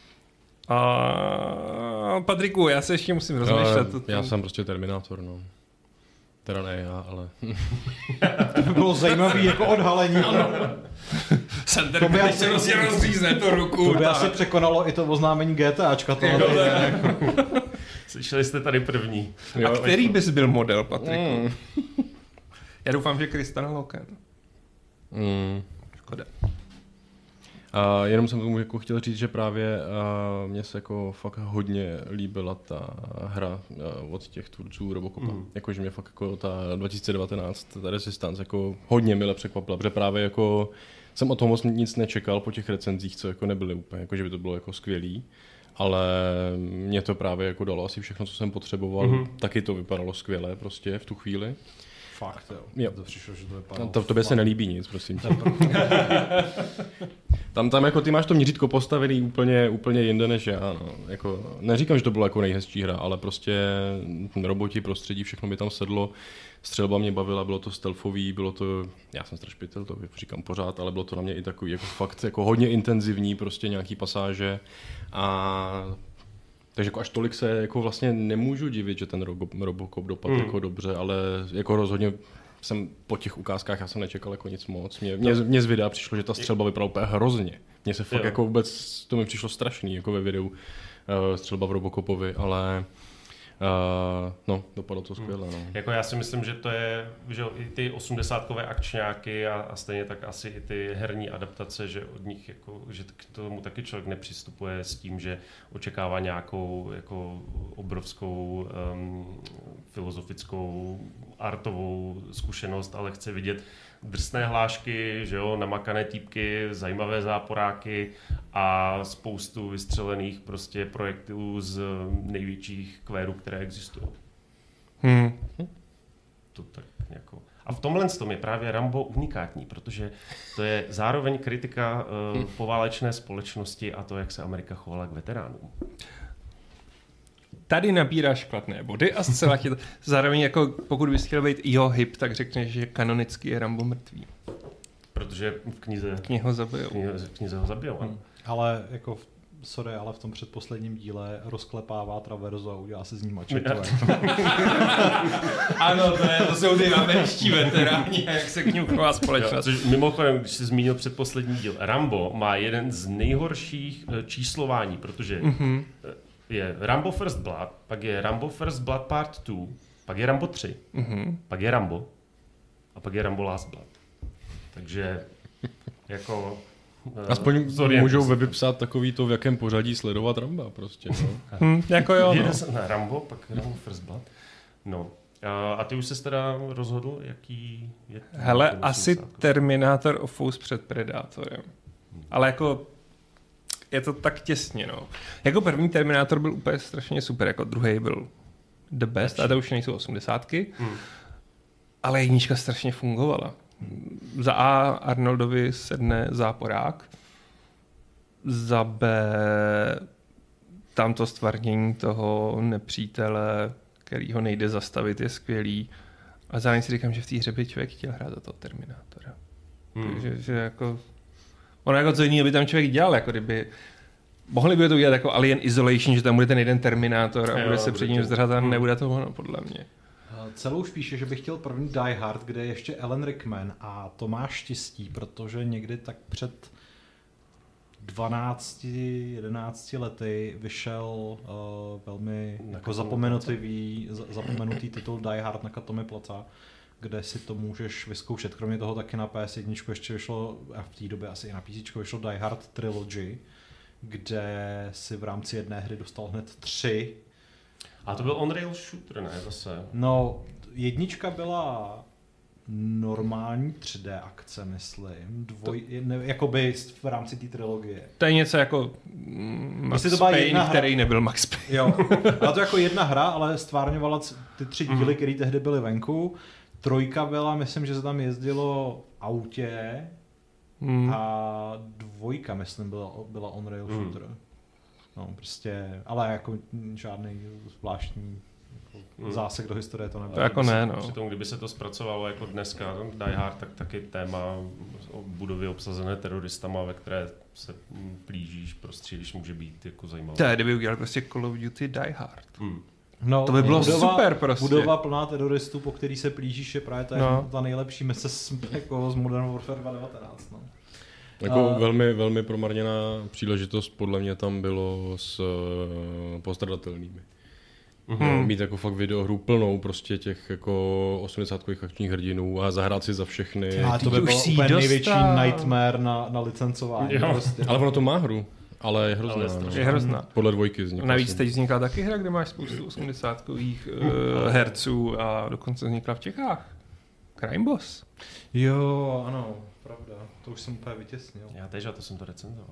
Patriku, já se ještě musím rozmýšlet. Já jsem prostě Terminátor, no. Teda ne já, ale... To by bylo zajímavý jako odhalení. Jsem Terminátor, se prostě rozřízne to ruku. To by asi překonalo i to oznámení GTAčka. Slyšeli jste tady první. A který bys byl model, Patriku? Já doufám, že Kristian Loken. Škoda. Jenom jsem tomu jako chtěl říct, že právě mně se jako fakt hodně líbila ta hra od těch tvůrců Robocopa. Jakože mě fakt jako ta 2019, ta Resistance jako hodně mile překvapila, protože právě jako jsem o tom moc nic nečekal po těch recenzích, co jako nebyly úplně, jako že by to bylo jako skvělý. Ale mě to právě jako dalo asi všechno, co jsem potřeboval. Taky to vypadalo skvěle prostě v tu chvíli. Fakt, jo. To přišlo, že to vypadalo. Tobě se nelíbí nic, prosím. Tam jako ty máš to měřítko postavený úplně jinde než já. No. Jako, neříkám, že to bylo jako nejhezčí hra, ale prostě roboti, prostředí, všechno mi tam sedlo. Střelba mě bavila, bylo to stealthový, bylo to, já jsem strašpitel, to říkám pořád, ale bylo to na mě i takový jako fakt jako hodně intenzivní, prostě nějaký pasáže. Takže jako až tolik se jako vlastně nemůžu divit, že ten Robocop dopadl jako dobře, ale jako rozhodně jsem po těch ukázkách, já jsem nečekal jako nic moc. Mně z videa přišlo, že ta střelba vypadala úplně hrozně. Mně se fakt jako vůbec, to mi přišlo strašný jako ve videu střelba v Robocopovi, ale no, dopadlo to skvěle. No. Jako já si myslím, že to je, že i ty 80kové akčňáky a stejně tak asi i ty herní adaptace, že od nich jako, že k tomu taky člověk nepřistupuje s tím, že očekává nějakou jako obrovskou filozofickou artovou zkušenost, ale chce vidět drsné hlášky, že jo, namakané týpky, zajímavé záporáky a spoustu vystřelených prostě projektilů z největších kvérů, které existují. To tak jako. A v tomhle tom je právě Rambo unikátní, protože to je zároveň kritika poválečné společnosti a to, jak se Amerika chovala k veteránům. Tady nabíráš kladné body a zcela tě to... Zároveň jako pokud bys chtěl být jeho hip, tak řekneš, že kanonicky je Rambo mrtvý. Protože v knize ho zabijou. Knize ho zabijou, ano. Ale jako sorry, ale v tom předposledním díle rozklepává traverzu a udělá se z ní mačetu. Ano, to jsou ty američtí veteráni, jak se k ním chová společnost. Což mimochodem, když jsi zmínil předposlední díl, Rambo má jeden z nejhorších číslování, protože je Rambo First Blood, pak je Rambo First Blood Part 2, pak je Rambo 3, pak je Rambo a pak je Rambo Last Blood. Takže jako... Aspoň můžou weby psát takový to, v jakém pořadí sledovat Ramba prostě. No. Jako jo, no. Na Rambo, pak Rambo First Blood. No. A ty už ses teda rozhodl, jaký je... Hele, asi Terminator Opus před Predátorem. Ale jako je to tak těsně, no. Jako první Terminator byl úplně strašně super, jako druhý byl the best, a to už nejsou 80ky. Ale jednička strašně fungovala. Za A Arnoldovi sedne záporák, za B tamto stvárnění toho nepřítele, který ho nejde zastavit, je skvělý. A zároveň si říkám, že v té hře by člověk chtěl hrát za toho Terminátora. Takže že jako... Ono jako co jiného by tam člověk dělal, jako kdyby... Mohli by to udělat jako Alien Isolation, že tam bude ten jeden Terminátor a bude se před ním zdržet a nebude to ono, podle mě. Celou už píše, že bych chtěl první Die Hard, kde je ještě Alan Rickman a to má štěstí, protože někdy tak před 12-11 lety vyšel velmi jako zapomenutý titul Die Hard na Katomi Plaza, kde si to můžeš vyzkoušet. Kromě toho taky na PS1 ještě vyšlo, a v té době asi i na PC vyšlo Die Hard Trilogy, kde si v rámci jedné hry dostal hned 3. A to byl on-rail shooter, ne zase? No, jednička byla normální 3D akce, myslím. Jakoby v rámci té trilogie. To je něco jako Max Payne, který nebyl Max Payne. Jo, byla to jako jedna hra, ale stvárňovala ty 3 díly, které tehdy byly venku. 3 byla, myslím, že se tam jezdilo v autě a 2, myslím, byla on-rail shooter. No, prostě, ale jako žádný zvláštní zásek do historie to nebylo. To jako ne, no. Přitom, kdyby se to zpracovalo jako dneska Die Hard, tak taky téma budovy obsazené teroristama, ve které se plížíš, prostřílíš, může být jako zajímavé. To je, kdyby udělal prostě Call of Duty Die Hard. No, to by bylo super prostě. Budova plná teroristů, po který se plížíš, je právě ta nejlepší mise jako z Modern Warfare 2019. No. Jako velmi promarněná příležitost podle mě tam bylo s postradatelnými. Mít jako fakt videohru plnou prostě těch jako 80kových akčních hrdinů a zahrát si za všechny. A to by bylo úplně největší nightmare na licencování. Prostě. Ale ono to má hru. Ale je hrozná. Je hrozná. Podle 2 vznikla. Navíc teď vzniká taky hra, kde máš spoustu 80kových herců a dokonce vznikla v Čechách. Crime Boss. Jo, ano, pravda. To už jsem úplně vytěsnil. Já tež, a to jsem to recenzoval.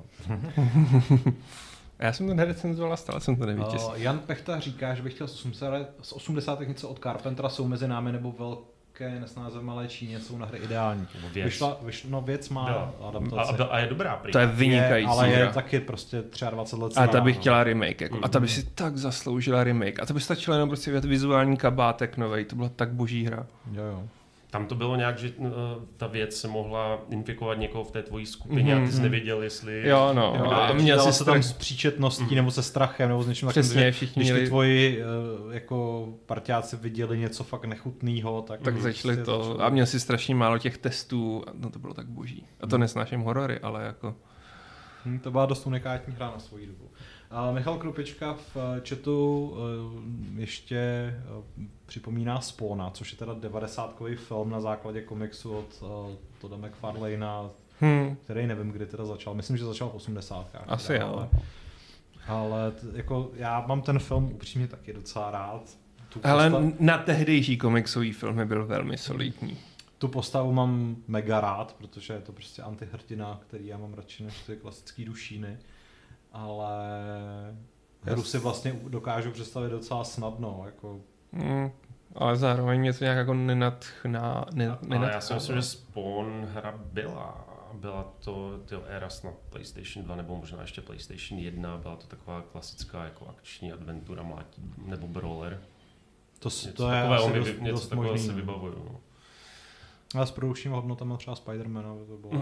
Já jsem to nerecenzoval a stále jsem to nevytěsnil. Jan Pechta říká, že bych chtěl z 80. něco od Carpentera, jsou mezi námi nebo velké nesnáze v malé Číně, jsou na hry ideální. Věc má adaptaci. A je dobrá. To je vynikající. Ale je taky prostě 23 let. A ta bych chtěla remake. Jako. A ta by si tak zasloužila remake. A to by stačilo jenom prostě vizuální kabátek novej. To byla tak boží hra. Jo. Tam to bylo nějak, že ta věc se mohla infikovat někoho v té tvojí skupině a ty jsi nevěděl, jestli... Jo, no. A měl se tam s příčetností nebo se strachem nebo s něčím takovým, když ty tvoji jako parťáci viděli něco fakt nechutného, tak začali to. A měl si strašně málo těch testů. No to bylo tak boží. A to nesnáším horory, ale jako... To byla dost unikátní hra na svoji dobu. Michal Krupička v chatu ještě připomíná Spawna, což je teda 90kový film na základě komiksu od Todda McFarlanea, který nevím, kdy teda začal. Myslím, že začal v 80kách. Asi jo. Ale jako já mám ten film upřímně taky docela rád. Ale na tehdejší komiksový filmy byl velmi solidní. Tu postavu mám mega rád, protože je to prostě antihrdina, který já mám radši než ty klasický dušíny. Ale hru si vlastně dokážu představit docela snadno. Jako. Ale zároveň mě to nějak jako Ale já si myslím, že Spawn hra byla to éra snad PlayStation 2 nebo možná ještě PlayStation 1, byla to taková klasická jako akční adventura mlátí nebo brawler. To je asi něco takového si vybavuju. No. A s produkčními hodnotami třeba Spider-Mana by to bylo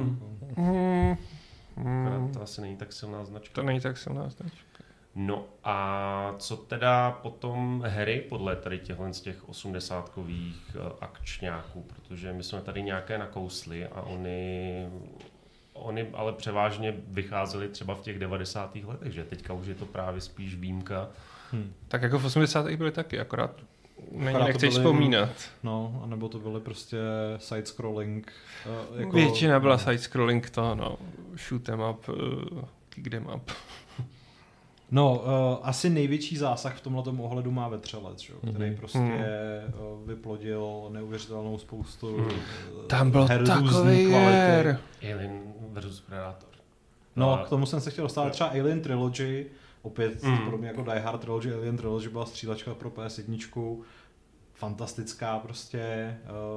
To asi není tak silná značka. To není tak silná značka. No a co teda potom hry podle tady z těch 80kových akčňáků, protože my jsme tady nějaké nakousli a oni ale převážně vycházeli třeba v těch 90. letech, že teďka už je to právě spíš výjimka. Tak jako v 80. byly taky, akorát nechci vzpomínat. No, anebo to byly prostě side-scrolling. Jako, většina byla side-scrolling shoot 'em up, kick 'em up. No, asi největší zásah v tomhletom ohledu má Vetřelec, který prostě vyplodil neuvěřitelnou spoustu tam byl takový her. Alien vs Predator. No, k tomu jsem se chtěl dostat třeba Alien Trilogy, opět podobně jako Die Hard Trilogy, Alien Trilogy byla střílečka pro PS1, fantastická prostě.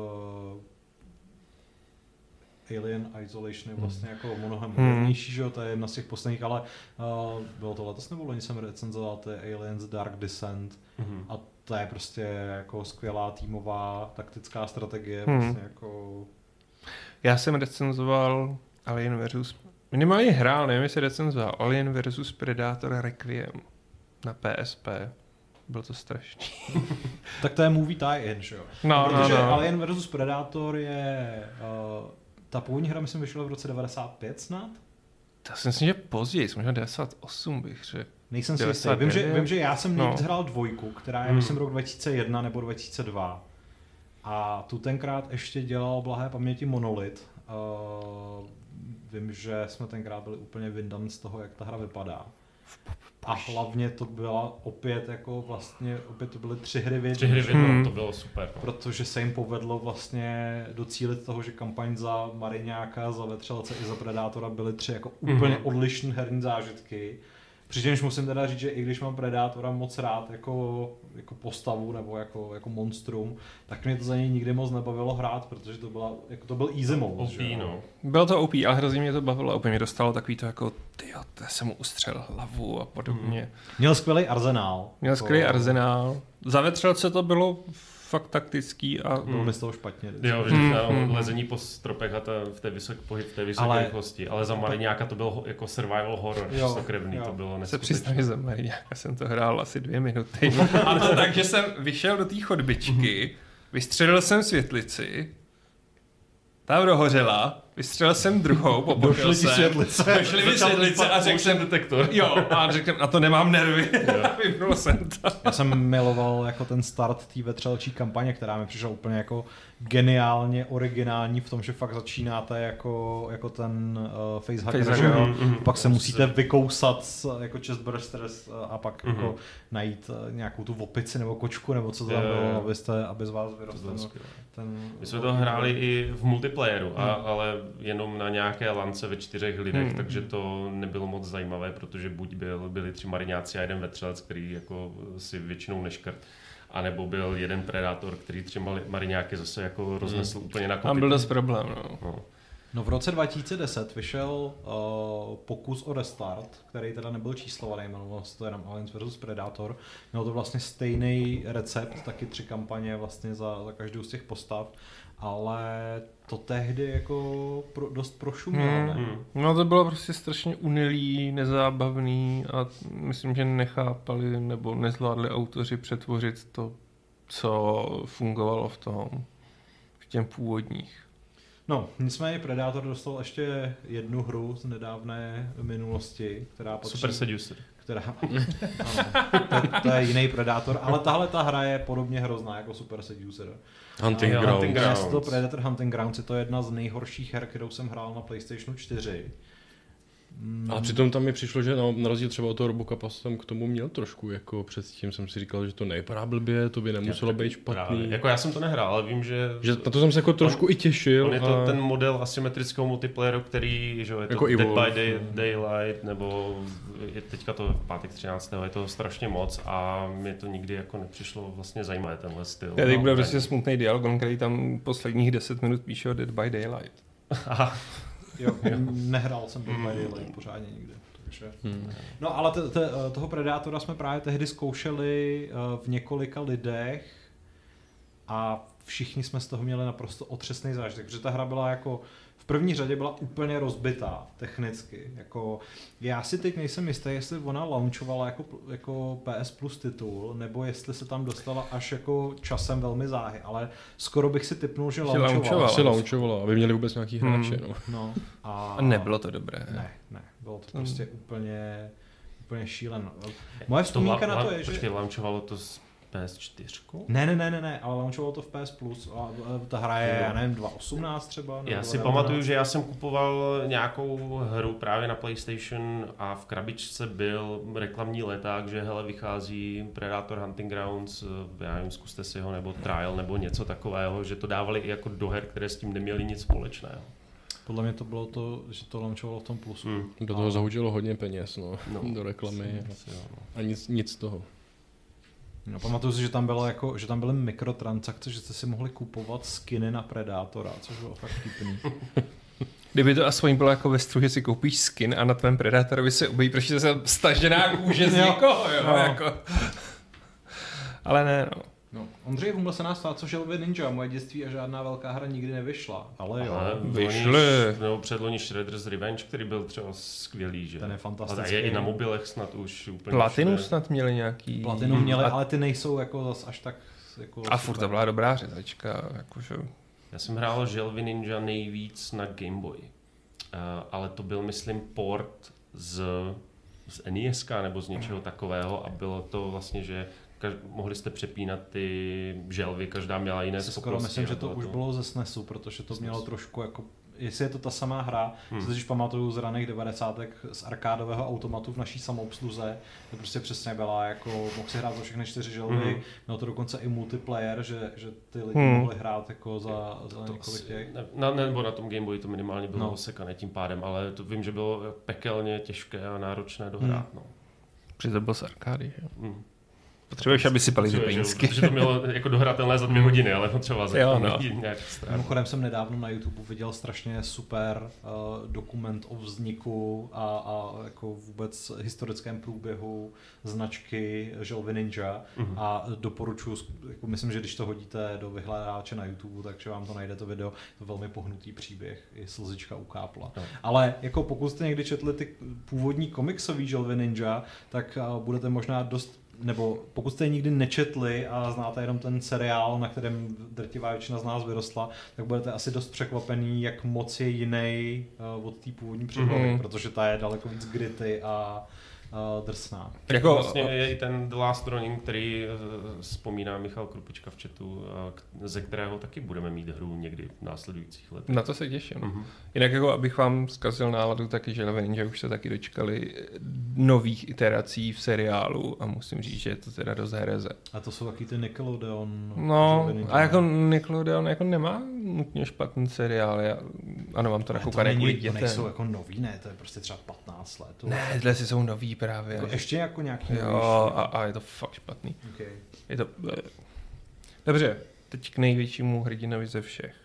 Alien Isolation je vlastně jako mnohem modernější, že jo, to je jedna z těch posledních, ale bylo to letos nebo loni jsem recenzoval, to je Aliens Dark Descent a to je prostě jako skvělá týmová taktická strategie, vlastně jako... Já jsem recenzoval Alien vs. Minimálně hrál, nevím, jestli recenzoval Alien vs. Predator Requiem na PSP. Bylo to strašný. Tak to je movie tie-in, že jo? Protože Alien vs. Predator je... ta původní hra, myslím, vyšla v roce 95 snad? To si myslím, že později, možná 98 bych řekl. Nejsem si jistý. Vím, že já jsem nejvíc hrál 2, která je, myslím, rok 2001 nebo 2002. A tu tenkrát ještě dělal blahé paměti Monolith. Vím, že jsme tenkrát byli úplně vyndaní z toho, jak ta hra vypadá. A hlavně to byla opět to byly 3 hry v jednom. To bylo super. No. Protože se jim povedlo vlastně docílit toho, že kampaň za Mariňáka, za Vetřelce i za Predátora byly 3 jako úplně odlišné herní zážitky. Přičemž musím teda říct, že i když mám Predátora moc rád jako postavu nebo jako monstrum, tak mě to za něj nikdy moc nebavilo hrát, protože to byl easy mode. OP, no. Bylo to OP, ale hrozně mě to bavilo a úplně mě dostalo takový to jako to jsem mu ustřelil hlavu a podobně. Měl skvělý arzenál. Za Vetřelce to bylo fakt taktický a... Bylo mi z toho špatně. Jo, že lezení po stropech a v té vysoké rychlosti. Ale za Mariňáka to bylo jako survival horror, čistokrevný, to bylo neskutečné. Se přiznám, že za Mariňáka jsem to hrál asi 2 minuty. A to tak, že jsem vyšel do té chodbičky, vystřelil jsem světlici, ta dohořela, vystřelil jsem druhou, popočil jsem. Došly mi světlice a řekl jsem detektor. Jo, a řekl na to nemám nervy. Vypnul jsem to. Já jsem miloval jako ten start té vetřelčí kampaně, která mi přišla úplně jako geniálně originální v tom, že fakt začínáte jako ten facehacker, že jo? Pak se musíte vykousat jako chestbursters a pak jako najít nějakou tu opici nebo kočku nebo co to tam bylo, aby z vás vyrostl. My jsme to hráli i v multiplayeru, ale jenom na nějaké lance ve 4 lidech, takže to nebylo moc zajímavé, protože buď byli 3 mariňáci a 1 vetřelec, který jako si většinou neškrt, anebo byl 1 predátor, který 3 mariňáky zase jako roznesl úplně na kopytě. Tam byl dost problém, No v roce 2010 vyšel pokus o restart, který teda nebyl číslovaný, jmenoval se to jenom Aliens vs. Predator. Měl to vlastně stejný recept, taky 3 kampaně vlastně za každou z těch postav, ale to tehdy jako dost prošumělo, ne? No to bylo prostě strašně unilý, nezábavný a myslím, že nechápali nebo nezvládli autoři přetvořit to, co fungovalo v těm původních. No, nicméně Predator dostal ještě jednu hru z nedávné minulosti, která patří... Super Seducer. To je jiný Predator, ale tahle ta hra je podobně hrozná jako Super Seducer. Hunting Grounds. To Predator Hunting Grounds je to jedna z nejhorších her, kterou jsem hrál na PlayStationu 4. A přitom tam mi přišlo, že na rozdíl třeba od toho Robocupa jsem k tomu měl trošku, jako předtím jsem si říkal, že to nevypadá blbě, to by nemuselo být špatný. Jako já jsem to nehrál, ale vím, že na to jsem se jako trošku i těšil. On je to ten model asymetrického multiplayeru, který, že je to jako Dead by Daylight, nebo je teďka to v pátek 13. je to strašně moc a mě to nikdy jako nepřišlo vlastně zajímavé tenhle styl. Já teď bude prostě smutný dialog, který tam posledních 10 minut píše o Dead by Daylight. Aha. Jo, nehrál jsem Dead by Daylight pořádně nikdy. Takže. No ale toho Predátora jsme právě tehdy zkoušeli v několika lidech a všichni jsme z toho měli naprosto otřesný zážitek, protože ta hra byla jako v první řadě byla úplně rozbitá technicky. Jako, já si teď nejsem jistý, jestli ona launchovala jako PS Plus titul, nebo jestli se tam dostala až jako časem velmi záhy, ale skoro bych si tipnul, že launchovala, aby měli vůbec nějaký hráče. No. A nebylo to dobré. Ne, bylo to prostě úplně šíleno. Moje vzpomínka na to je, že... Počkej, launchovalo to s PS4? Ne, ale launchovalo to v PS Plus a ta hra je, já nevím, 2.18 třeba. Já si pamatuju, že já jsem kupoval nějakou hru právě na PlayStation a v krabičce byl reklamní leták, že hele, vychází Predator Hunting Grounds, já nevím, zkuste si ho, nebo Trial, nebo něco takového, že to dávali i jako do her, které s tím neměly nic společného. Podle mě to bylo to, že to launchovalo v tom Plusu. Do toho zahodilo hodně peněz, do reklamy a nic z toho. No, pamatuju si, že tam byly mikrotransakce, že jste si mohli kupovat skiny na Predátora, což bylo fakt vtipný. Kdyby to aspoň bylo jako ve stru, že si koupíš skin a na tvém Predátorovi se objeví prostě se stažená kůže z někoho, jako. Ale ne, no. Ondřej Vuml se nás ptá, co Želvy Ninja, moje dětství a žádná velká hra nikdy nevyšla, ale jo. Vyšly. Nebo předloni Shredder's Revenge, který byl třeba skvělý, že? Ten je fantastický. A je i na mobilech snad už úplně Platinu snad měli nějaký. Platinu měli, ale ty nejsou jako zas až tak jako a furt to byla dobrá řezačka, jakože. Já jsem hrál Želvy Ninja nejvíc na Game Boy. Ale to byl, myslím, port z NES nebo z něčeho takového a bylo to vlastně, že mohli jste přepínat ty želvy, každá měla jiné schopnosti. Skoro myslím, že to už bylo ze SNESu, protože to mělo trošku jako, jestli je to ta samá hra, co když pamatuju z raných 90. z arkádového automatu v naší samoobsluze, to prostě přesně byla jako, mohl si hrát za všechny 4 želvy, mělo to dokonce i multiplayer, že ty lidi mohli hrát jako za několik těch. Nebo na tom Game Boy to minimálně bylo osekané tím pádem, ale to vím, že bylo pekelně těžké a náročné dohrát. Přitom byl z arkády, jo. Potřebuješ, aby si pali ty penízky. Protože to mělo jako dohratelné za 2 hodiny, ale potřeba za nějak strát. Mimochodem jsem nedávno na YouTube viděl strašně super dokument o vzniku a jako vůbec historickém průběhu značky Želvy Ninja a doporučuji, jako myslím, že když to hodíte do vyhledáče na YouTube, takže vám to najde to video, to velmi pohnutý příběh, i slzička ukápla. Ale jako pokud jste někdy četli ty původní komiksový Želvy Ninja, tak budete možná dost, nebo pokud jste je nikdy nečetli a znáte jenom ten seriál, na kterém drtivá většina z nás vyrostla, tak budete asi dost překvapený, jak moc je jiný od té původní předlohy, protože ta je daleko víc gritty a drsná. Jako vlastně je i ten The Last Ronin, který vzpomíná Michal Krupička v chatu, ze kterého taky budeme mít hru někdy v následujících letech. Na to se těším. Jinak jako abych vám zkazil náladu, taky Želvy Ninja už se taky dočkali nových iterací v seriálu a musím říct, že je to teda dost hereze. A to jsou taky ty Nickelodeon. No, a jako Nickelodeon jako nemá nutně špatný seriál. Ano, mám to nakoukané kvůli dětem. To nejsou jako nový, ne, to je prostě třeba 15 let. Ne, tyhle si jsou nový právě. Jako ještě jako nějaký jo, a je to fakt špatný. Okay. Je to... Dobře, teď k největšímu hrdinovi ze všech.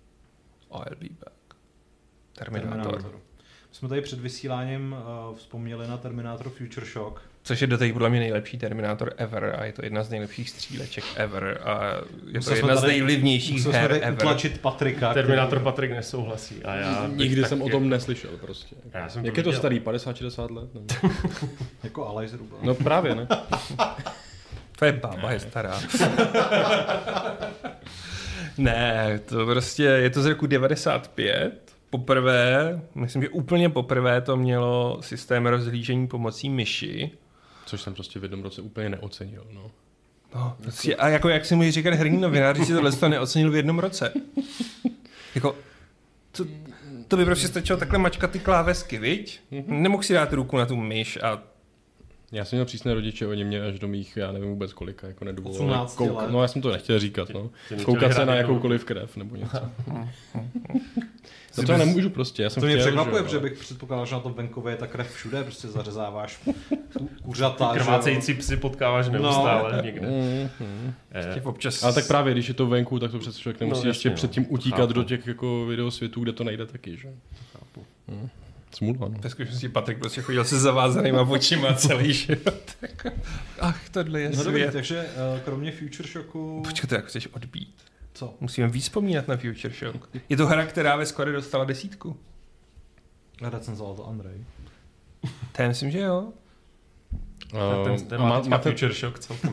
I'll be back. Terminator. My jsme tady před vysíláním vzpomněli na Terminator Future Shock. Což je doteď podle mě nejlepší Terminator ever a je to jedna z nejlepších stříleček ever a je to jedna z nejlivnějších her ever. Utlačit Patrika. Terminator Patrik nesouhlasí a já... Nikdy jsem o tom neslyšel prostě. Jak je to starý? 50-60 let? Jako Alaj zhruba. No právě, ne? Tvoje bába je stará. Ne, to prostě je to z roku 95. Poprvé, myslím, že úplně poprvé to mělo systém rozhlížení pomocí myši. Což jsem prostě v jednom roce úplně neocenil, no. No, prostě, a jako jak si může říkat herní novinář, že si tohle neocenil v jednom roce. Jako, To by prostě stačilo takhle mačkat ty klávesky, viď? Nemohl si dát ruku na tu myš a... Já jsem měl přísné rodiče, oni mě až do mých, já nevím vůbec kolika, jako nedovolovali. 18 let. No já jsem to nechtěl říkat, no. Koukat se na jakoukoliv krev nebo něco. To já nemůžu prostě, já jsem to mě překvapuje, protože bych předpokládal, že na tom venkově je ta krev všude, prostě zařezáváš kuřata. Krvácející psy potkáváš neustále někde. Občas... Ale tak právě, když je to venku, tak to přece člověk nemusí ještě předtím utíkat do těch jako videosvětů, kde to nejde taky, že? Chápu. Smůla, no. Ve skutečnosti Patrik prostě chodil se zavázanýma očima celý život. Ach, tohle je svět. Takže kromě Future Shocku... Počkej, to jak chceš odbít. Co? Musíme víc vzpomínat na Future Shock. Je to hra, která ve Square dostala 10. Recenzoval to Andrej. To já myslím, že jo. Ten má Future Shock celkem.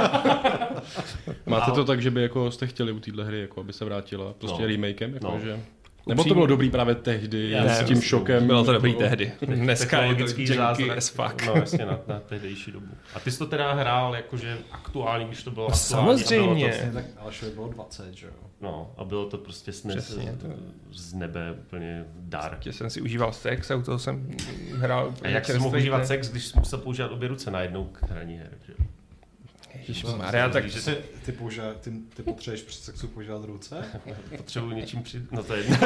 Máte to tak, že by jako jste chtěli u téhle hry, jako aby se vrátila prostě remakem, jakože... Nebo to bylo dobrý právě tehdy s tím šokem? Bylo to dobrý tehdy. Dneska je to janky as fuck. No jasně, na tehdejší dobu. A ty jsi to teda hrál jakože aktuální, když to bylo aktuální. Samozřejmě. Tak Alešovi bylo 20, že jo? No a bylo to prostě z nebe úplně dar. Já jsem si užíval sex a u toho jsem hrál. A jak jsi mohl užívat sex, když jsi musel používat obě ruce na jednou k hraní her, že? Ježišmarja, tak... Ty potřebuješ při sexu používat ruce? Potřebuji něčím no to je jedno.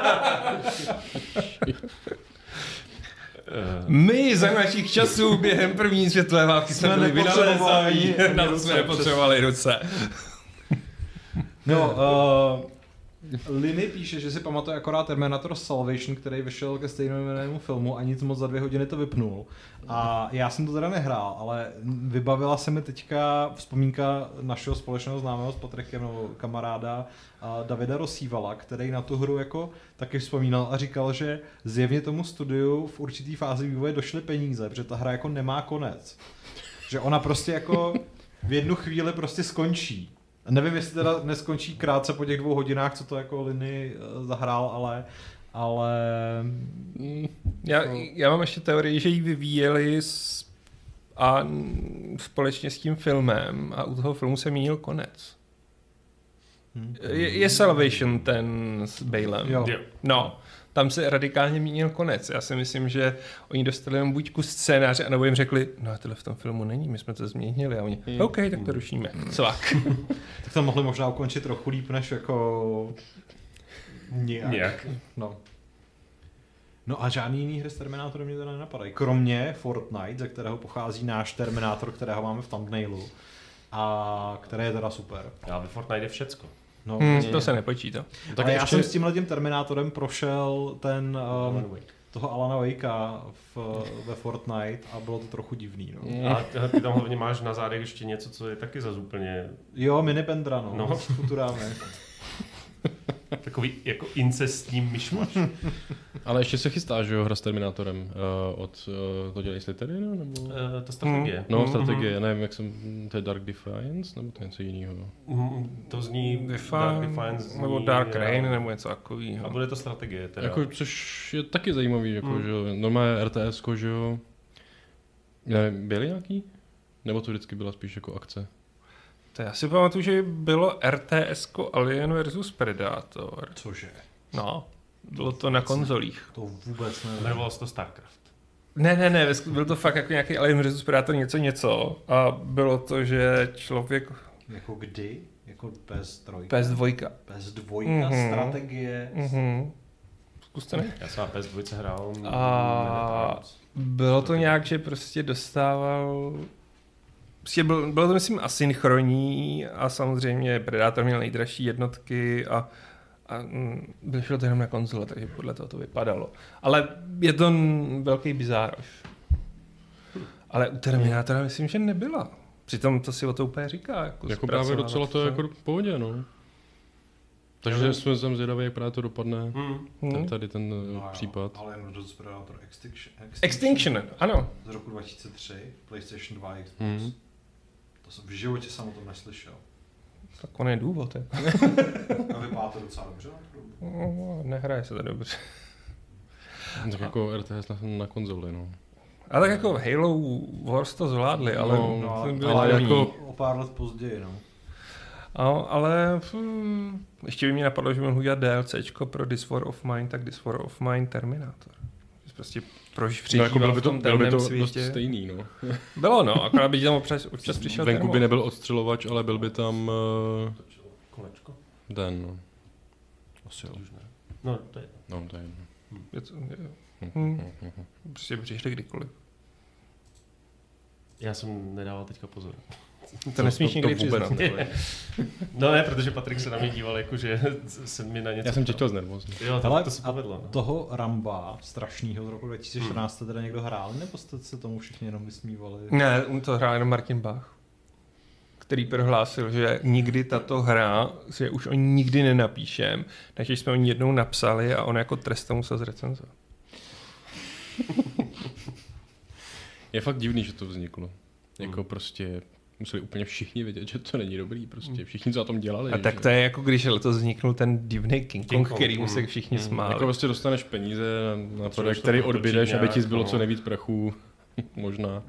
My za našich časů během první světové války jsme byli vynalézáni, jsme nepotřebovali ruce. No, Liny píše, že si pamatuje akorát Terminator Salvation, který vyšel ke stejnému filmu a nic moc za 2 hodiny to vypnul. A já jsem to teda nehrál, ale vybavila se mi teďka vzpomínka našeho společného známého s Patrikem, nebo kamaráda Davida Rosívala, který na tu hru jako taky vzpomínal a říkal, že zjevně tomu studiu v určitý fázi vývoje došly peníze, protože ta hra jako nemá konec. Že ona prostě jako v jednu chvíli prostě skončí. Nevím, jestli teda neskončí krátce po těch 2 hodinách, co to jako Liny zahrál, ale... Já mám ještě teorii, že ji vyvíjeli a společně s tím filmem a u toho filmu se měnil konec. Je Salvation ten s Balem. Jo. No, tam se radikálně měnil konec. Já si myslím, že oni dostali jen buď kus scénáře, anebo jim řekli, no a tohle v tom filmu není, my jsme to změnili. A oni, OK, tak to rušíme. Cvak. Tak to mohli možná ukončit trochu líp, než jako... Nějak. No a žádný jiný hry s Terminátorem mě teda nenapadají. Kromě Fortnite, ze kterého pochází náš Terminátor, kterého máme v thumbnailu. A které je teda super. Já ve Fortnite je všecko. No, to se nepočítá. Tak já jsem s tímhletím Terminátorem prošel toho Alana Wakea ve Fortnite a bylo to trochu divný. No. A ty tam hlavně máš na zádech ještě něco, co je taky zas úplně... Jo, minipendra, no. S Futurámy. Takový jako incestní myšmaš. Ale ještě se chystá, že jo, hra s Terminátorem to dělají Slytherin, nebo? To strategie. No, strategie, nevím, jak to je Dark Defiance, nebo to je něco jiného? To zní Dark Defiance, nebo Dark Reign, nebo něco takového. A bude to strategie teda. Jako, což je taky zajímavý, jako, že jo, normálně RTS-ko, že jo. Nevím, byly nějaký? Nebo to vždycky byla spíš jako akce? To já si pamatuju, že bylo RTS-ko Alien vs Predator. Cože? No, bylo to na konzolích. To vůbec nevím. Jmenovalo se to StarCraft. Ne, byl to fakt jako nějaký Alien vs Predator něco. A bylo to, že člověk... Jako kdy? Jako PS3? PS2. PS2, strategie. Zkuste ne? Já jsem na PS2 hrál. A bylo to nějak, že prostě dostával... Bylo to, myslím, asynchronní a samozřejmě Predator měl nejdražší jednotky a vyšlo to jenom na konzole, takže podle toho to vypadalo. Ale je to velký bizároš. Ale u Terminátora myslím, že nebyla. Přitom to si o to úplně říká. Jako právě docela to je jako v pohodě, no. Takže jsme tam zvědaví, jak právě to dopadne. Tady ten případ. Ale jen do Predator Extinction, ano. Z roku 2003, PlayStation 2, Xbox. To jsem v životě jsem o tom neslyšel. Tak on je důvod. A vypadá to docela dobře? Nehraje se to dobře. Tak jako RTS na konzoli, no. A tak jako Halo Wars to zvládli, ale ale jako o pár let později, no. Ale ještě by mě napadlo, že mohl udělat DLCčko pro This War of Mine, tak This War of Mine Terminator. Prostě proč přežíval v tom temném světě. Stejný, no. Bylo, no, akorát by tam občas přišel venku by nebyl odstřelovač, ale byl by tam kolečko. Ten, no. Asi jo. No, to je. No, to je. Prostě přišli kdykoliv. Já jsem nedával teďka pozor. To nesmíš nikdy přiznat. No ne, protože Patrik se na mě díval, jakože se mi na něco... Já jsem tě chtěl znervózně. Jo, to se povedlo. No. Toho Ramba strašného z roku 2014 teda někdo hrál, nebo jste se tomu všichni jenom vysmívali? Ne, to hrál jenom Martin Bach, který prohlásil, že nikdy tato hra, že už o ní nikdy nenapíšem, takže jsme o ní jednou napsali a on jako trest musel zrecenzovat. Je fakt divný, že to vzniklo. Jako prostě museli úplně všichni vědět, že to není dobrý. Prostě všichni, co na tom dělali. A tak to je jako když letos vzniknul ten divný King Kong, kterýmu se všichni smáli. Jako prostě dostaneš peníze na projekt, který odbydeš, aby ti zbylo co nejvíc prachu. Možná.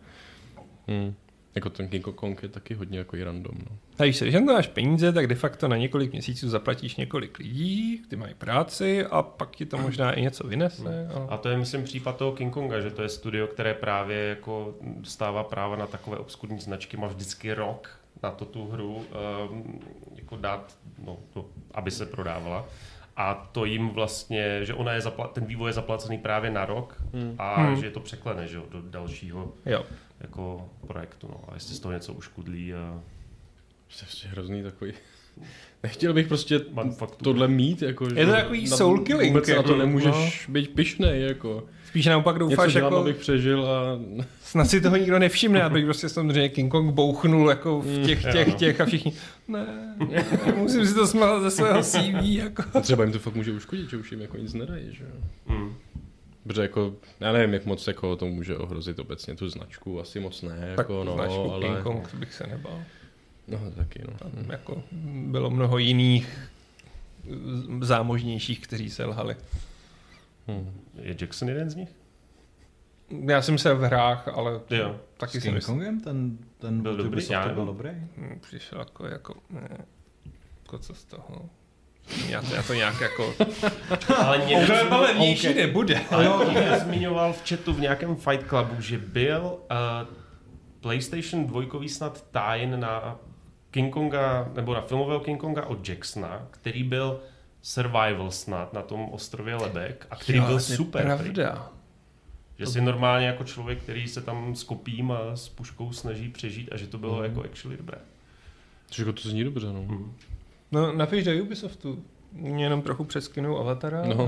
Jako ten King Kong je taky hodně jako i random. No. A když se máš peníze, tak de facto na několik měsíců zaplatíš několik lidí, ty mají práci a pak ti to možná i něco vynese. A to je, myslím, případ toho King Konga, že to je studio, které právě jako dostává práva na takové obskurní značky, má vždycky rok na to tu hru jako dát, no, to, aby se prodávala. A to jim vlastně, že ona je ten vývoj je zaplacený právě na rok a že je to překlene, že do dalšího jako projektu. No. A jestli z toho něco uškudlí. To je hrozný takový. Nechtěl bych prostě tohle mít. Jako, je to takový soul killing. Vůbec jako, na to nemůžeš být pyšnej. Jako. Spíš naopak doufáš, dělám, abych přežil a... Snad si toho nikdo nevšimne, abych prostě samozřejmě King Kong bouchnul jako v těch a všichni ne, musím si to smálat ze svého CV. Jako. A třeba jim to fakt může uškodit, že už jim jako nic nedají, že Protože jako, já nevím, jak moc jako to může ohrozit obecně tu značku, asi moc ne. Tak jako, značku ale... King Kong bych se nebál. No taky, no. Tam jako bylo mnoho jiných zámožnějších, kteří se lhali. Je Jackson jeden z nich? Já jsem se v hrách, ale taky jsem myslím. Ten byl dobrý, byl dobrý. Přišel jako co z toho. Já to nějak jako... Ale levnější nebude. Ale někdo zmiňoval v chatu v nějakém Fight Clubu, že byl PlayStation 2 snad tie-in na King Konga, nebo na filmového King Konga od Jacksona, který byl survival snad na tom ostrově Lebek a který byl super. Pravda. Že si normálně jako člověk, který se tam s kopím a s puškou snaží přežít a že to bylo jako actually dobré. Což to zní dobře, no. No, napiš do Ubisoftu. Mě jenom trochu přeskinou Avatara. No.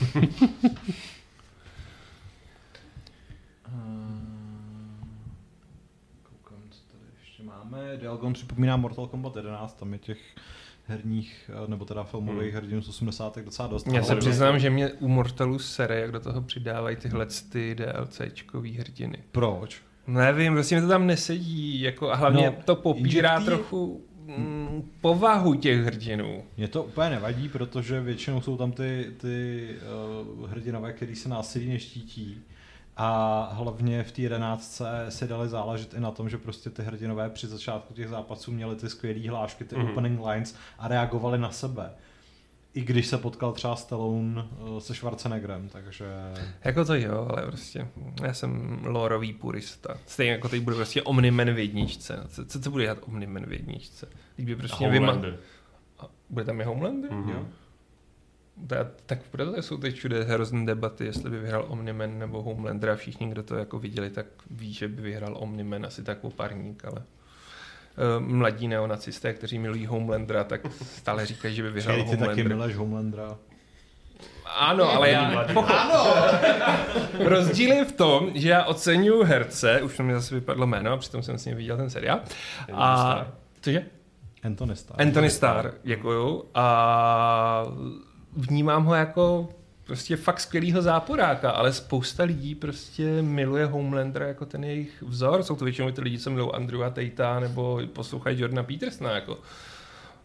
Koukám, co tady ještě máme. Dialgon připomíná Mortal Kombat 11, tam je těch herních, nebo teda filmových hrdinů z 80. docela dost. Já se přiznám, že mě u Mortalu sere, jak do toho přidávají tyhle ty DLCčkový hrdiny. Proč? Nevím, vlastně mi to tam nesedí, jako, a hlavně to popírá trochu povahu těch hrdinů. Mně to úplně nevadí, protože většinou jsou tam ty hrdinové, který se násilí neštítí. A hlavně v té 11 se dali záležet i na tom, že prostě ty hrdinové při začátku těch zápasů měli ty skvělý hlášky, ty opening lines a reagovali na sebe. I když se potkal třeba Stallone se Schwarzeneggerem, takže... Jako to jo, ale prostě já jsem lorový purista. Stejně jako teď bude prostě Omni-Man v jedničce. Co bude dělat Omni-Man v jedničce? Teď by prostě Homelander. Bude tam i Homelander? Jo. Tak proto jsou teď všude hrozné debaty, jestli by vyhrál Omni-Man nebo Homelander a všichni, kdo to jako viděli, tak ví, že by vyhrál Omni-Man asi tak oparník, ale mladí neonacisté, kteří milují Homelandera, tak stále říkají, že by vyhrál Homelander. Ty taky miluješ Homelandera. Ano, ale já... Ano! Rozdíl je v tom, že já oceňuji herce, už mi zase vypadlo jméno, a přitom jsem s ním viděl ten seriál. A... Cože? Anthony Starr, děkuju. A vnímám ho jako prostě fakt skvělýho záporáka, ale spousta lidí prostě miluje Homelandera jako ten jejich vzor. Jsou to většinou ty lidi, co milují Andrewa Tatea nebo poslouchají Jordana Petersona. Jako.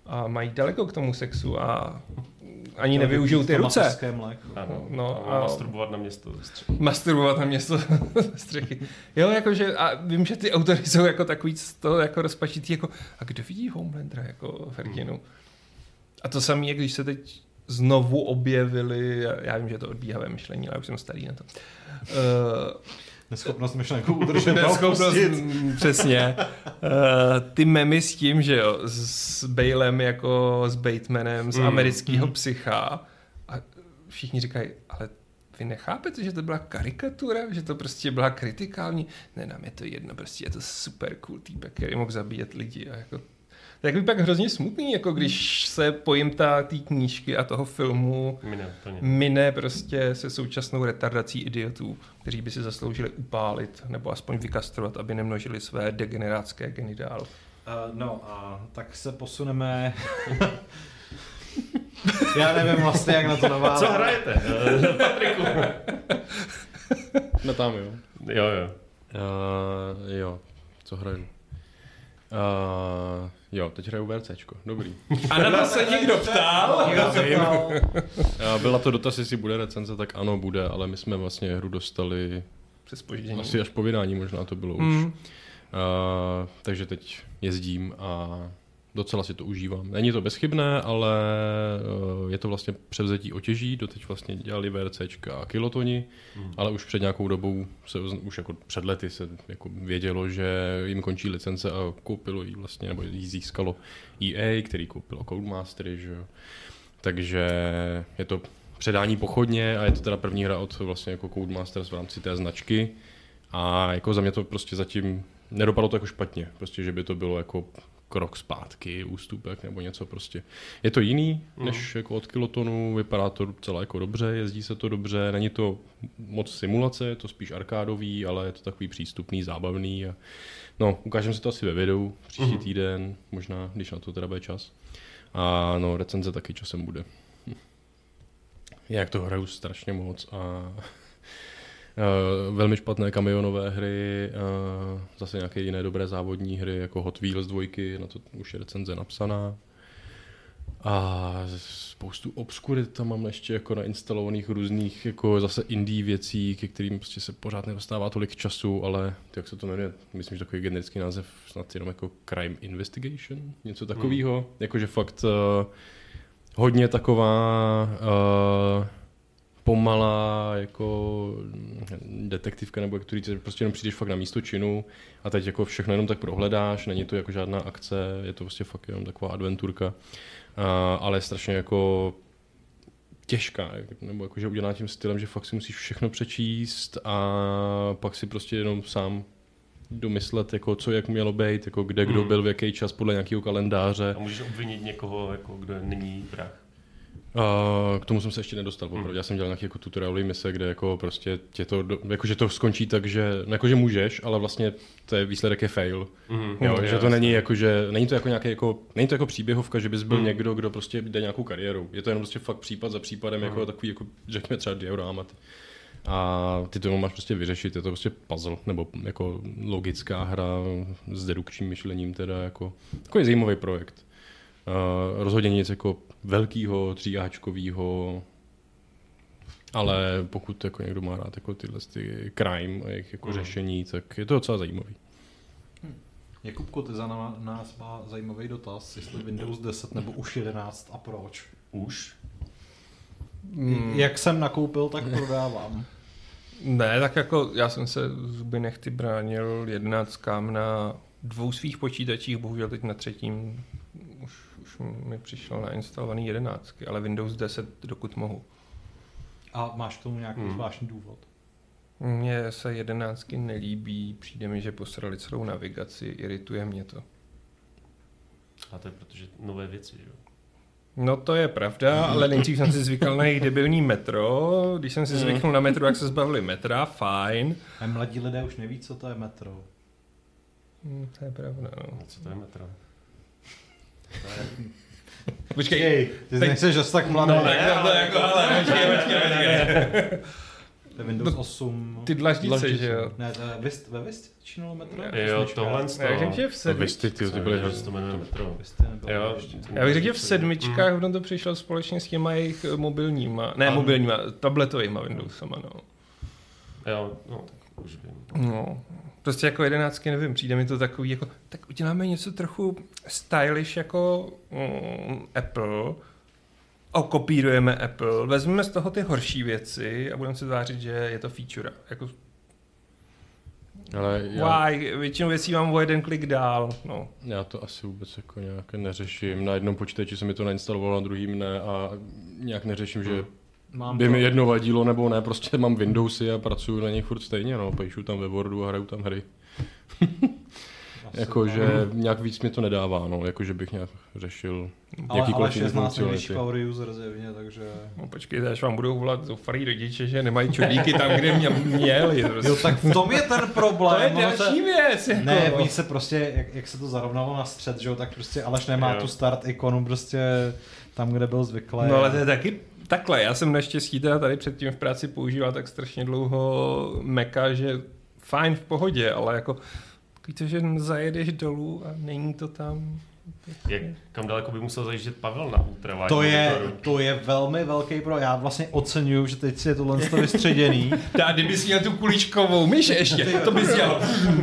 a mají daleko k tomu sexu a ani nevyužijou ty ruce. No, a masturbovat na město ze střechy. Masturbovat na město ze střechy. Jo, jakože, a vím, že ty autory jsou jako takový to jako rozpačitý, jako, a kdo vidí Homelandera jako Ferdinu? A to samé, když se teď znovu objevili, já vím, že je to odbíhavé myšlení, ale už jsem starý na to. Neschopnost myšlenku udržet. Neschopnost, přesně. Ty memy s tím, že jo, s Balem jako s Batemanem, z amerického psycha. A všichni říkají, ale vy nechápete, že to byla karikatura, že to prostě byla kritikální? Ne, nám je to jedno, prostě je to super cool týpek, který mohl zabíjet lidi a jako tak by pak hrozně smutný, jako když se pojimta té knížky a toho filmu mine prostě se současnou retardací idiotů, kteří by si zasloužili upálit nebo aspoň vykastrovat, aby nemnožili své degenerátské geny dál. No a tak se posuneme... Já nevím vlastně, jak na to navázat. Co hrajete, Patriku? No tam jo. Jo, co hraju? Jo, teď hraju VRCčko, dobrý. A na to se někdo ptal? Byla to dotaz, jestli bude recenze, tak ano, bude, ale my jsme vlastně hru dostali přes zpoždění. Asi až po vydání možná to bylo už. Takže teď jezdím a docela si to užívám. Není to bezchybné, ale je to vlastně převzetí otěží. Doteď vlastně dělali VRCčka a kilotoni, ale už před nějakou dobou, už jako před lety se jako vědělo, že jim končí licence a koupilo jí vlastně, nebo jí získalo EA, který koupilo Codemastery, že jo. Takže je to předání pochodně a je to teda první hra od vlastně jako Codemasters v rámci té značky. A jako za mě to prostě zatím nedopadlo to jako špatně, prostě že by to bylo jako krok zpátky, ústupek nebo něco prostě. Je to jiný než jako od kilotonu, vypadá to docela jako dobře, jezdí se to dobře, není to moc simulace, je to spíš arkádový, ale je to takový přístupný, zábavný a no, ukážeme si to asi ve videu příští týden, možná, když na to teda bude čas. A no, recenze taky časem bude. Jak to hraju strašně moc a velmi špatné kamionové hry, zase nějaké jiné dobré závodní hry, jako Hot Wheels 2, na to už je recenze napsaná. A spoustu obskurit tam mám ještě jako nainstalovaných různých jako zase indie věcí, ke kterým prostě se pořád nedostává tolik času, ale jak se to jmenuje, myslím, že takový generický název snad jenom jako Crime Investigation, něco takového, jakože fakt hodně taková pomalá jako detektivka, nebo který prostě jenom přijdeš fakt na místo činu a teď jako všechno jenom tak prohledáš, není to jako žádná akce, je to vlastně fakt jenom taková adventurka, ale je strašně jako těžká, nebo jakože udělaná tím stylem, že fakt si musíš všechno přečíst a pak si prostě jenom sám domyslet, jako co jak mělo být, jako kde kdo byl, v jaký čas podle nějakého kalendáře. A můžeš obvinit někoho, jako kdo není vrah. K tomu jsem se ještě nedostal, popravdě. Já jsem dělal nějaké jako tutoriály mise, kde jako prostě tě to, jakože to skončí tak, že, jakože můžeš, ale vlastně to je výsledek je fail. Jo, že to není jakože, není to jako nějaké jako, není to jako příběhovka, že bys byl někdo, kdo prostě jde nějakou kariérou. Je to jenom prostě fakt případ za případem, jako takový, jako řekněme třeba dioramat. A ty to máš prostě vyřešit, je to prostě puzzle, nebo jako logická hra s dedukčním myšlením, teda jako takový zajímavý projekt. Rozhodně nic jako velkýho, 3áčkovýho, ale pokud jako někdo má rád jako tyhle ty crime a jejich jako řešení, tak je to docela zajímavý. Jakubko, ty za nás má zajímavý dotaz, jestli Windows 10 nebo už 11 a proč? Už? Jak jsem nakoupil, tak prodávám. Ne, tak jako já jsem se zuby nechty bránil 11 na 2 svých počítačích, bohužel teď na 3. Už mi přišel nainstalovaný 11, ale Windows 10 dokud mohu. A máš k tomu nějaký zvláštní důvod? Mně se 11 nelíbí, přijde mi, že posrali celou navigaci, irituje mě to. A to je protože nové věci, že jo? No to je pravda, ale nejdřív jsem si zvykal na jejich debilní metro, když jsem si zvyknul na metro, jak se zbavili metra, fajn. A mladí lidé už neví, co to je metro. To je pravda, no. Co to je metro? Počkej, ty nejseš až tak mladý. No, jako, ale počkej. Windows 8... Ty dlaždice, že jo? Ne, to je ve Vist začínalo Metro? Jo, tohle z toho. Já že v Visty, ty byly to jmenuje Metro. Já bych řekl, že v 7 ono to přišlo společně s těma jejich mobilníma, tabletovýma Windowsama, no. Jo, no, tak už vím. No, prostě jako 11, nevím, přijde mi to takový, jako, tak uděláme něco trochu stylish jako Apple, okopírujeme Apple, vezmeme z toho ty horší věci a budeme se tvářit, že je to feature. Jako, ale většinu věcí mám o jeden klik dál. No. Já to asi vůbec jako nějak neřeším. Na jednom počítači se mi to nainstalovalo, na druhým ne a nějak neřeším, že by mi jedno vadilo nebo ne. Prostě mám Windowsy a pracuju na nich furt stejně. No. Píšu tam ve Wordu a hraju tam hry. Jakože nějak víc mi to nedává, no, jakože bych nějak řešil jakýkoliv jiný funkcionality. Ale 16 power user zjevně, takže... No počkejte, až vám budou volat zoufalí rodiče, že nemají čudlíky tam, kde měli. Jo, tak v tom je ten problém. To je další věc. Jako. Ne, oni se prostě, jak se to zarovnalo na střed, že jo, tak prostě Aleš nemá tu start ikonu prostě tam, kde byl zvyklý. No ale to je taky takhle, já jsem naštěstí teda tady předtím v práci používal tak strašně dlouho Maca, že fajn v pohodě, ale jako víte, že zajedeš dolů a není to tam. Kam daleko by musel zajíždět Pavel na ultrawide? To je velmi velký problém. Já vlastně oceňuju, že teď si je tohle vystředěný. Tá, kdybys měl tu kuličkovou myš ještě, to bys dělal.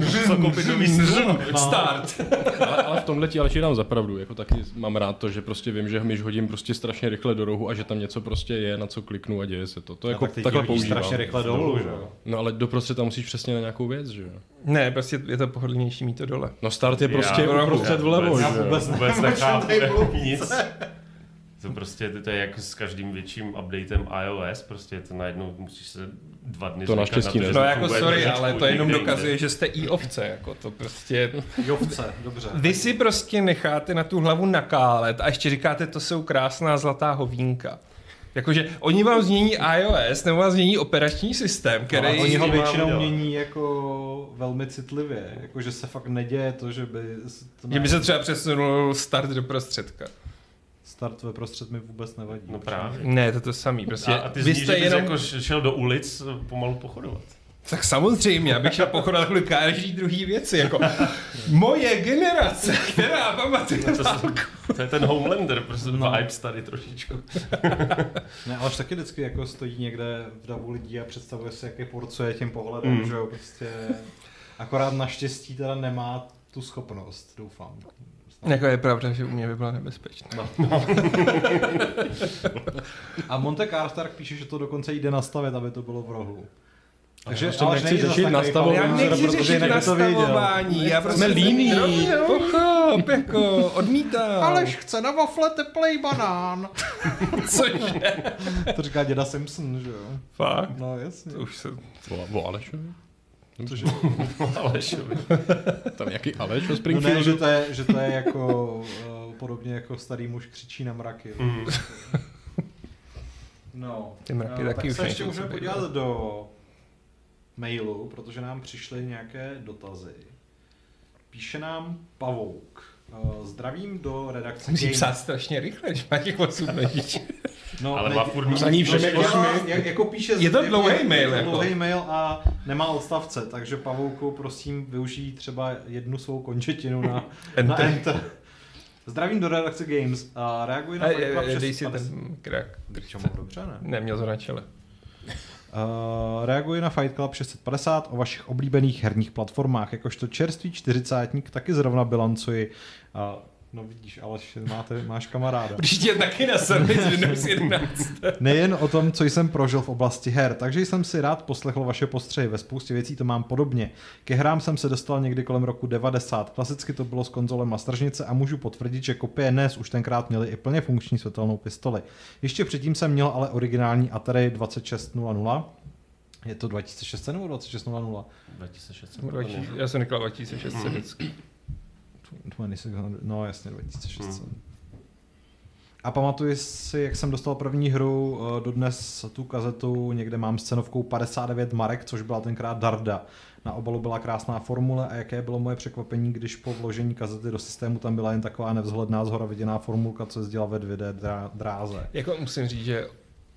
Start. Ale v tomhle ti Aleši dám za pravdu. Jako taky mám rád to, že prostě vím, že myš hodím prostě strašně rychle do rohu a že tam něco prostě je, na co kliknu a děje se to. To jako takhle používám. Strašně rychle dolů, že jo. No ale doprostřed tam musíš přesně na nějakou věc, že jo. Ne, prostě je to pohodlnější mít to dole. No start je prostě uprostřed vlevo, že jo. Vůbec nechápu nic. To prostě to je jako s každým větším updatem iOS, prostě to najednou musíš se 2 dny to naštěstí ne. No jako sorry, ale to jenom dokazuje, že jste i-ovce, jako to prostě... I-ovce, dobře. Vy si prostě necháte na tu hlavu nakálet a ještě říkáte, to jsou krásná zlatá hovínka. Jakože oni vám změní iOS, nebo vám změní operační systém, který... Ale oni ho většinou mění jako velmi citlivě, jakože se fakt neděje to, že by... Že by se třeba přesunul start do prostředka. Start ve prostřed mi vůbec nevadí. No právě. Ne, to samý. Prostě a ty zní, že bys jako šel do ulic pomalu pochodovat. Tak samozřejmě, já bych šel pochodovat kvůli každý druhý věci, jako moje generace, která pamatuje to je ten Homelander, prostě vibes tady trošičku. Ne, ale taky vždycky jako stojí někde v davu lidí a představuje si, jak je porcuje tím pohledem, že jo, prostě akorát naštěstí teda nemá tu schopnost, doufám. Jako je pravda, že u mě by byla nebezpečná. No. A Monte Carlo píše, že to dokonce jde nastavit, aby to bylo v rohu. Takže ale nechci řešit nastavování. Já nechci řešit nastavování, já prostě jsme líní. Pochop, jako odmítám. Aleš chce na wafle teplej banán. Cože? To říká děda Simpson, že jo? Fakt? No jasně. To už se... O Alešovi? Cože? Alešovi. Tam nějaký Aleš o Springfieldu? No ne, že to je jako podobně jako starý muž křičí na mraky. No. Ty mraky taky tak už se ještě můžeme podívat do mailu, protože nám přišly nějaké dotazy. Píše nám Pavouk. Zdravím do redakce. Musí psát strašně rychle, když má těch 8 nožičů. No, ale má furt za ní všemi 8. Jako píše, je to dlouhý mail. Je to dlouhý mail a nemá odstavce, takže Pavouku, prosím, využij třeba jednu svou končetinu na Enter. Zdravím do redakce Games. Reaguji na Fight Club 650. Dej si ten krak. Dobře, ne? Neměl to na čele. Reaguji na Fight Club 650 o vašich oblíbených herních platformách. Jakožto čerstvý 40-tník taky zrovna bilancuji. No vidíš, ale máš kamaráda. Příště taky na servis Windows 11. Nejen o tom, co jsem prožil v oblasti her, takže jsem si rád poslechl vaše postřehy. Ve spoustě věcí to mám podobně. Ke hrám jsem se dostal někdy kolem roku 90. Klasicky to bylo s konzolem a stržnice a můžu potvrdit, že kopie NES už tenkrát měly i plně funkční světelnou pistoli. Ještě předtím jsem měl ale originální Atari 2600. Je to 2600 nebo 2600? 2600. Já jsem říkal 2600 vždycky. No jasně, 2600. A pamatuji si, jak jsem dostal první hru, dodnes tu kazetu, někde mám s cenovkou 59 marek, což byla tenkrát Darda. Na obalu byla krásná formule a jaké bylo moje překvapení, když po vložení kazety do systému tam byla jen taková nevzhledná zhora viděná formulka, co jezdila ve 2D dráze. Jako musím říct, že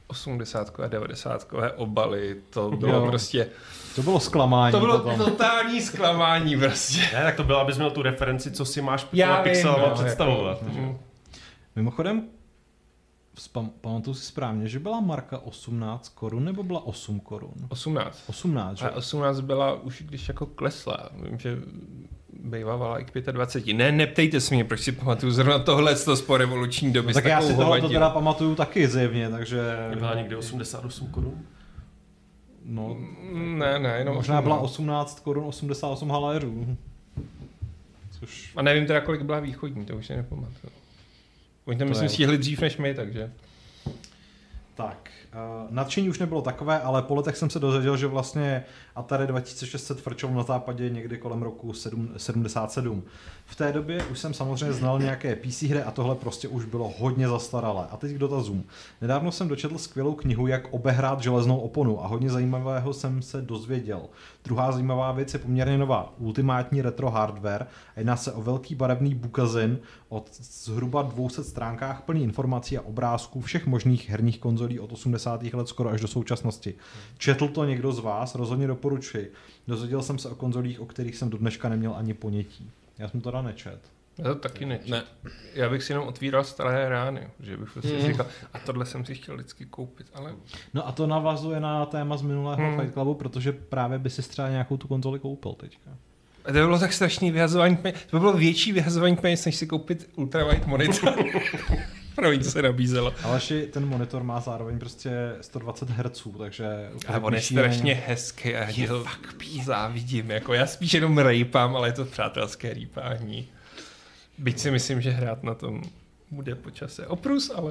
80 a 90 obaly, to bylo prostě... To bylo zklamání. To bylo totální zklamání prostě. Ne, tak to bylo, abys měl tu referenci, co si máš pixelama představovat. Mimochodem, pamatuju si správně, že byla marka 18 korun nebo byla 8 korun? 18. 18, že? A 18 byla už když jako klesla. Vím, že bývala i k 25. Ne, neptejte se mě, proč si pamatuju zrovna tohle z po revoluční doby. No, tak já si tohle to teda pamatuju taky zjevně, takže... Byla někdy 88 korun? No, ne, jenom možná 18. Byla 18 korun 88 haléřů. Což... A nevím teda, kolik byla východní, to už si nepamatuju. Oni tam myslím stihli dřív než my, takže... Tak, nadšení už nebylo takové, ale po letech jsem se dozvěděl, že vlastně Atari 2600 frčel na západě někdy kolem roku 77. V té době už jsem samozřejmě znal nějaké PC hry a tohle prostě už bylo hodně zastaralé. A teď k dotazům. Nedávno jsem dočetl skvělou knihu, jak obehrát železnou oponu a hodně zajímavého jsem se dozvěděl. Druhá zajímavá věc je poměrně nová. Ultimátní retro hardware a jedná se o velký barevný bukazin od zhruba 200 stránkách plný informací a obrázků všech možných herních konzolí od 80. let skoro až do současnosti. Četl to někdo z vás? Rozhodně doporučuji. Dozvěděl jsem se o konzolích, o kterých jsem do dneška neměl ani ponětí. Já jsem to teda nečet. Já to taky nečet. Ne. Já bych si jenom otvíral staré rány, že bych prostě říkal, a tohle jsem si chtěl vždycky koupit, ale... No a to navazuje na téma z minulého Fight Clubu, protože právě by si třeba nějakou tu konzoli koupil teďka. A to by bylo tak strašný vyhazování peněz. To by bylo větší vyhazování peněz, než si koupit ultrawide monitor. Pravý se nabízelo. Ale ten monitor má zároveň prostě 120 Hz, takže... Ale on je strašně hezký a já ho závidím. Jako já spíš jenom rejpám, ale je to přátelské rýpání. Byť si myslím, že hrát na tom bude po čase oprus, ale...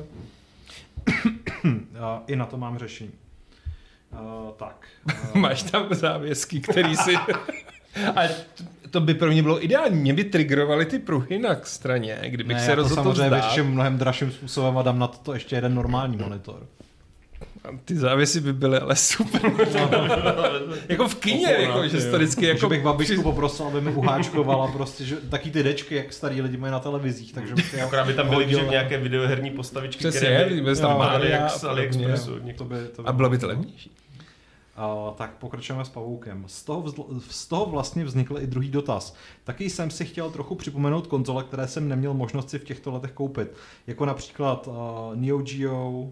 I na to mám řešení. Tak. Máš tam závěsky, který si... A to by pro mě bylo ideální. Mě by triggerovaly ty pruhy na straně, kdybych se rozhodl to samozřejmě větším mnohem dražším způsobem a dám na to ještě jeden normální monitor. A ty závěsy by byly ale super. Jako v kině, jako, že to vždycky jako... Že bych babičku poprosil, aby mi uháčkovala prostě, že taky ty dečky, jak starý lidi mají na televizích, takže bych akorát by tam byly nějaké videoherní postavičky, které by tam máli jak z AliExpressu. A bylo by to levnější. Tak pokračujeme s pavoukem. Z toho vlastně vznikl i druhý dotaz. Taky jsem si chtěl trochu připomenout konzole, které jsem neměl možnost si v těchto letech koupit. Jako například Neo Geo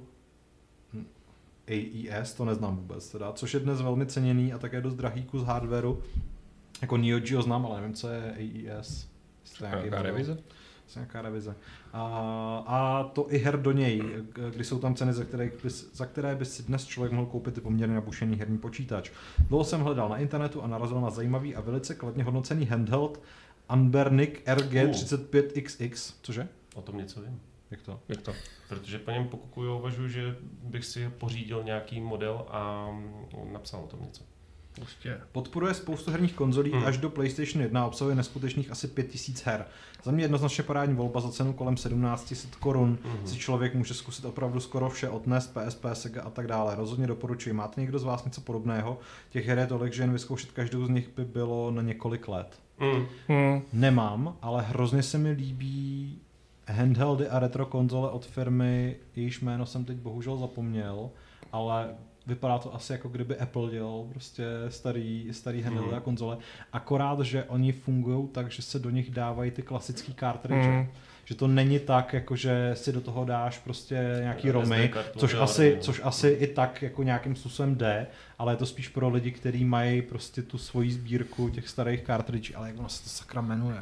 AES, to neznám vůbec teda, což je dnes velmi ceněný a také dost drahý kus hardwareu. Jako Neo Geo znám, ale nevím, co je AES. Nějaká revize? Nějaká revize. A to i her do něj, kdy jsou tam ceny, za které by si dnes člověk mohl koupit i poměrně nabušený herní počítač. Dlouho jsem hledal na internetu a narazil na zajímavý a velice kladně hodnocený handheld Anbernic RG35XX. Cože? O tom něco vím. Jak to? Protože po něm pokukuju, uvažuji, že bych si pořídil nějaký model a napsal o tom něco. Prostě. Podporuje spoustu herních konzolí až do PlayStation 1 a obsahuje neskutečných asi 5000 her. Za mě jednoznačně parádní volba za cenu kolem 1700 korun. Si člověk může zkusit opravdu skoro vše od NES, PSP, Sega a tak dále. Rozhodně doporučuji. Máte někdo z vás něco podobného? Těch her je tolik, že jen vyzkoušet každou z nich by bylo na několik let. Nemám, ale hrozně se mi líbí handheldy a retro konzole od firmy, jejíž jméno jsem teď bohužel zapomněl, ale vypadá to asi jako kdyby Apple dělal prostě starý handheldy a konzole, akorát, že oni fungují tak, že se do nich dávají ty klasický cartridge. Že to není tak, jako že si do toho dáš prostě nějaký romy, což asi i tak jako nějakým způsobem jde, ale je to spíš pro lidi, kteří mají prostě tu svoji sbírku těch starých cartridge, ale jak ono se to sakra jmenuje?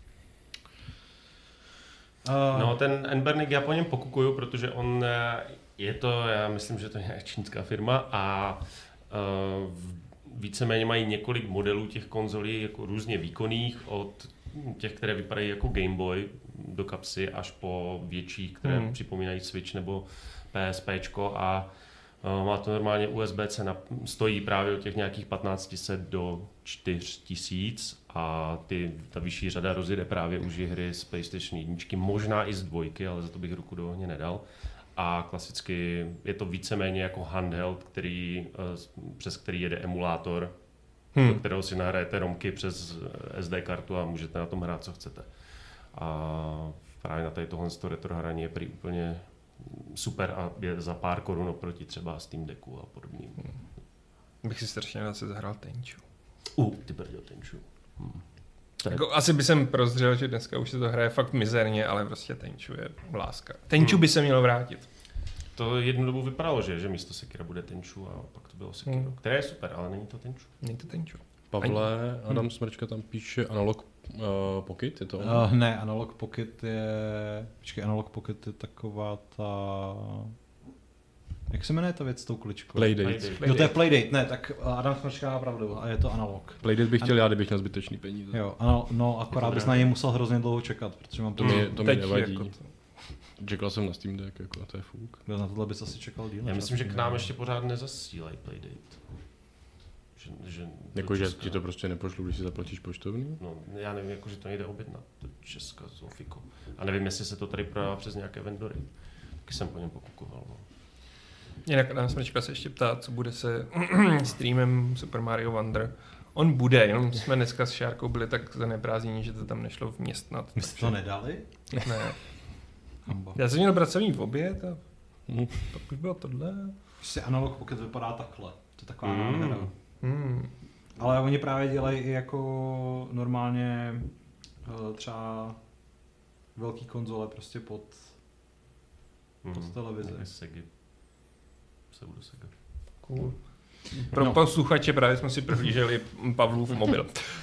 No ten Anbernic já po něm pokukuju, protože on je to, já myslím, že to je čínská firma a víceméně mají několik modelů těch konzolí jako různě výkonných, od těch, které vypadají jako Game Boy do kapsy, až po větší, které připomínají Switch nebo PSPčko a má to normálně USB-C, stojí právě od těch nějakých 1500 do 4000 a ta vyšší řada rozjede právě už hry z PlayStation 1, možná i z 2, ale za to bych ruku do ohně nedal. A klasicky je to víceméně jako handheld, přes který jede emulátor, do kterého si nahrajete romky přes SD kartu a můžete na tom hrát, co chcete. A právě na tady tohle retro hraní je prý úplně super a je za pár korun oproti třeba Steam Decku a podobným. Bych si strašně rád se zahrál Tenchu. Ty brďo, Tenchu. Jako, asi by jsem prozřel, že dneska už se to hraje fakt mizerně, ale prostě Tenchu je láska. Tenchu by se mělo vrátit. To jednu dobu vypadalo, že místo Sekira bude Tenchu a pak to bylo Sekiro, které je super, ale není to Tenchu. Není to Tenchu. Pavle, Adam Smrčka tam píše Analog Pocket, je to? Ne, Analog Pocket je... Počkej, Analog Pocket je taková ta... Jak se jmenuje ta věc s tou kličkou? Playdate. Jo, to je Playdate, ne, tak Adam Smrčka má pravdu a je to Analog. Playdate bych chtěl já, kdybych měl zbytečný peníze. Jo, no akorát bys na něj musel hrozně dlouho čekat, protože mám to mi nevadí. Jako Čekal jsem na Steam Deck, jako, to je fuk. Na tohle bys asi čekal díl. Já myslím, že k nám ještě pořád nezasílají Playdate. Jakože ti to prostě nepošlu, když si zaplatíš poštovný? No, já nevím, jakože to nejde objednat do Česka z Ofiko. A nevím, jestli se to tady prodává přes nějaké vendory. Taky jsem po něm pokukoval. No. Jinak Adam Smrčka se ještě ptá, co bude se streamem Super Mario Wonder. On bude, jenom jsme dneska s Šárkou byli tak zaneprázdnění, že to tam nešlo vměstnat. My jste to nedali? Ne. Já jsem měl pracovní v oběd a pak už bylo tohle. Prostě Analog Pocket vypadá takhle. To je taková nádhera. Ale oni právě dělají i jako normálně třeba velký konzole prostě pod televizi. Pseudo-Sega. Cool. Pro posluchače právě jsme si prohlíželi Pavlův mobil.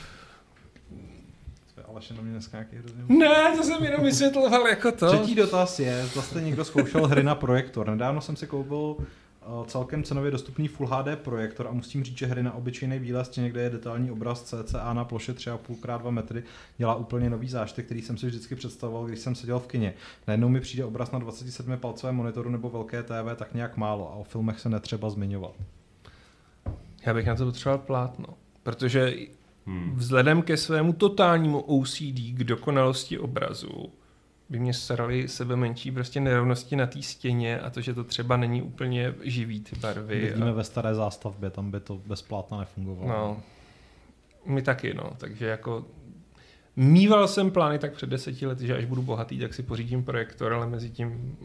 Aleš na mě dneska nějaký hrozně... Ne, to jsem jenom vysvětloval jako to. Třetí dotaz je, zda jste někdo zkoušel hry na projektor. Nedávno jsem si koupil celkem cenově dostupný Full HD projektor a musím říct, že hry na obyčejné bílé stěně, kde je detailní obraz CCA na ploše 3,5x2 metry, dělá úplně nový zážitek, který jsem si vždycky představoval, když jsem seděl v kině. Najednou mi přijde obraz na 27-palcovém monitoru nebo velké TV tak nějak málo a o filmech se netřeba zmiňovat. Já bych na to potřeboval plátno, protože vzhledem ke svému totálnímu OCD k dokonalosti obrazu by mě staraly sebe menší prostě nerovnosti na té stěně a to, že to třeba není úplně živý ty barvy. Vidíme ve staré zástavbě, tam by to bez plátna nefungovalo. No, my taky, no, takže jako mýval jsem plány tak před 10 lety, že až budu bohatý, tak si pořídím projektor, ale mezi tím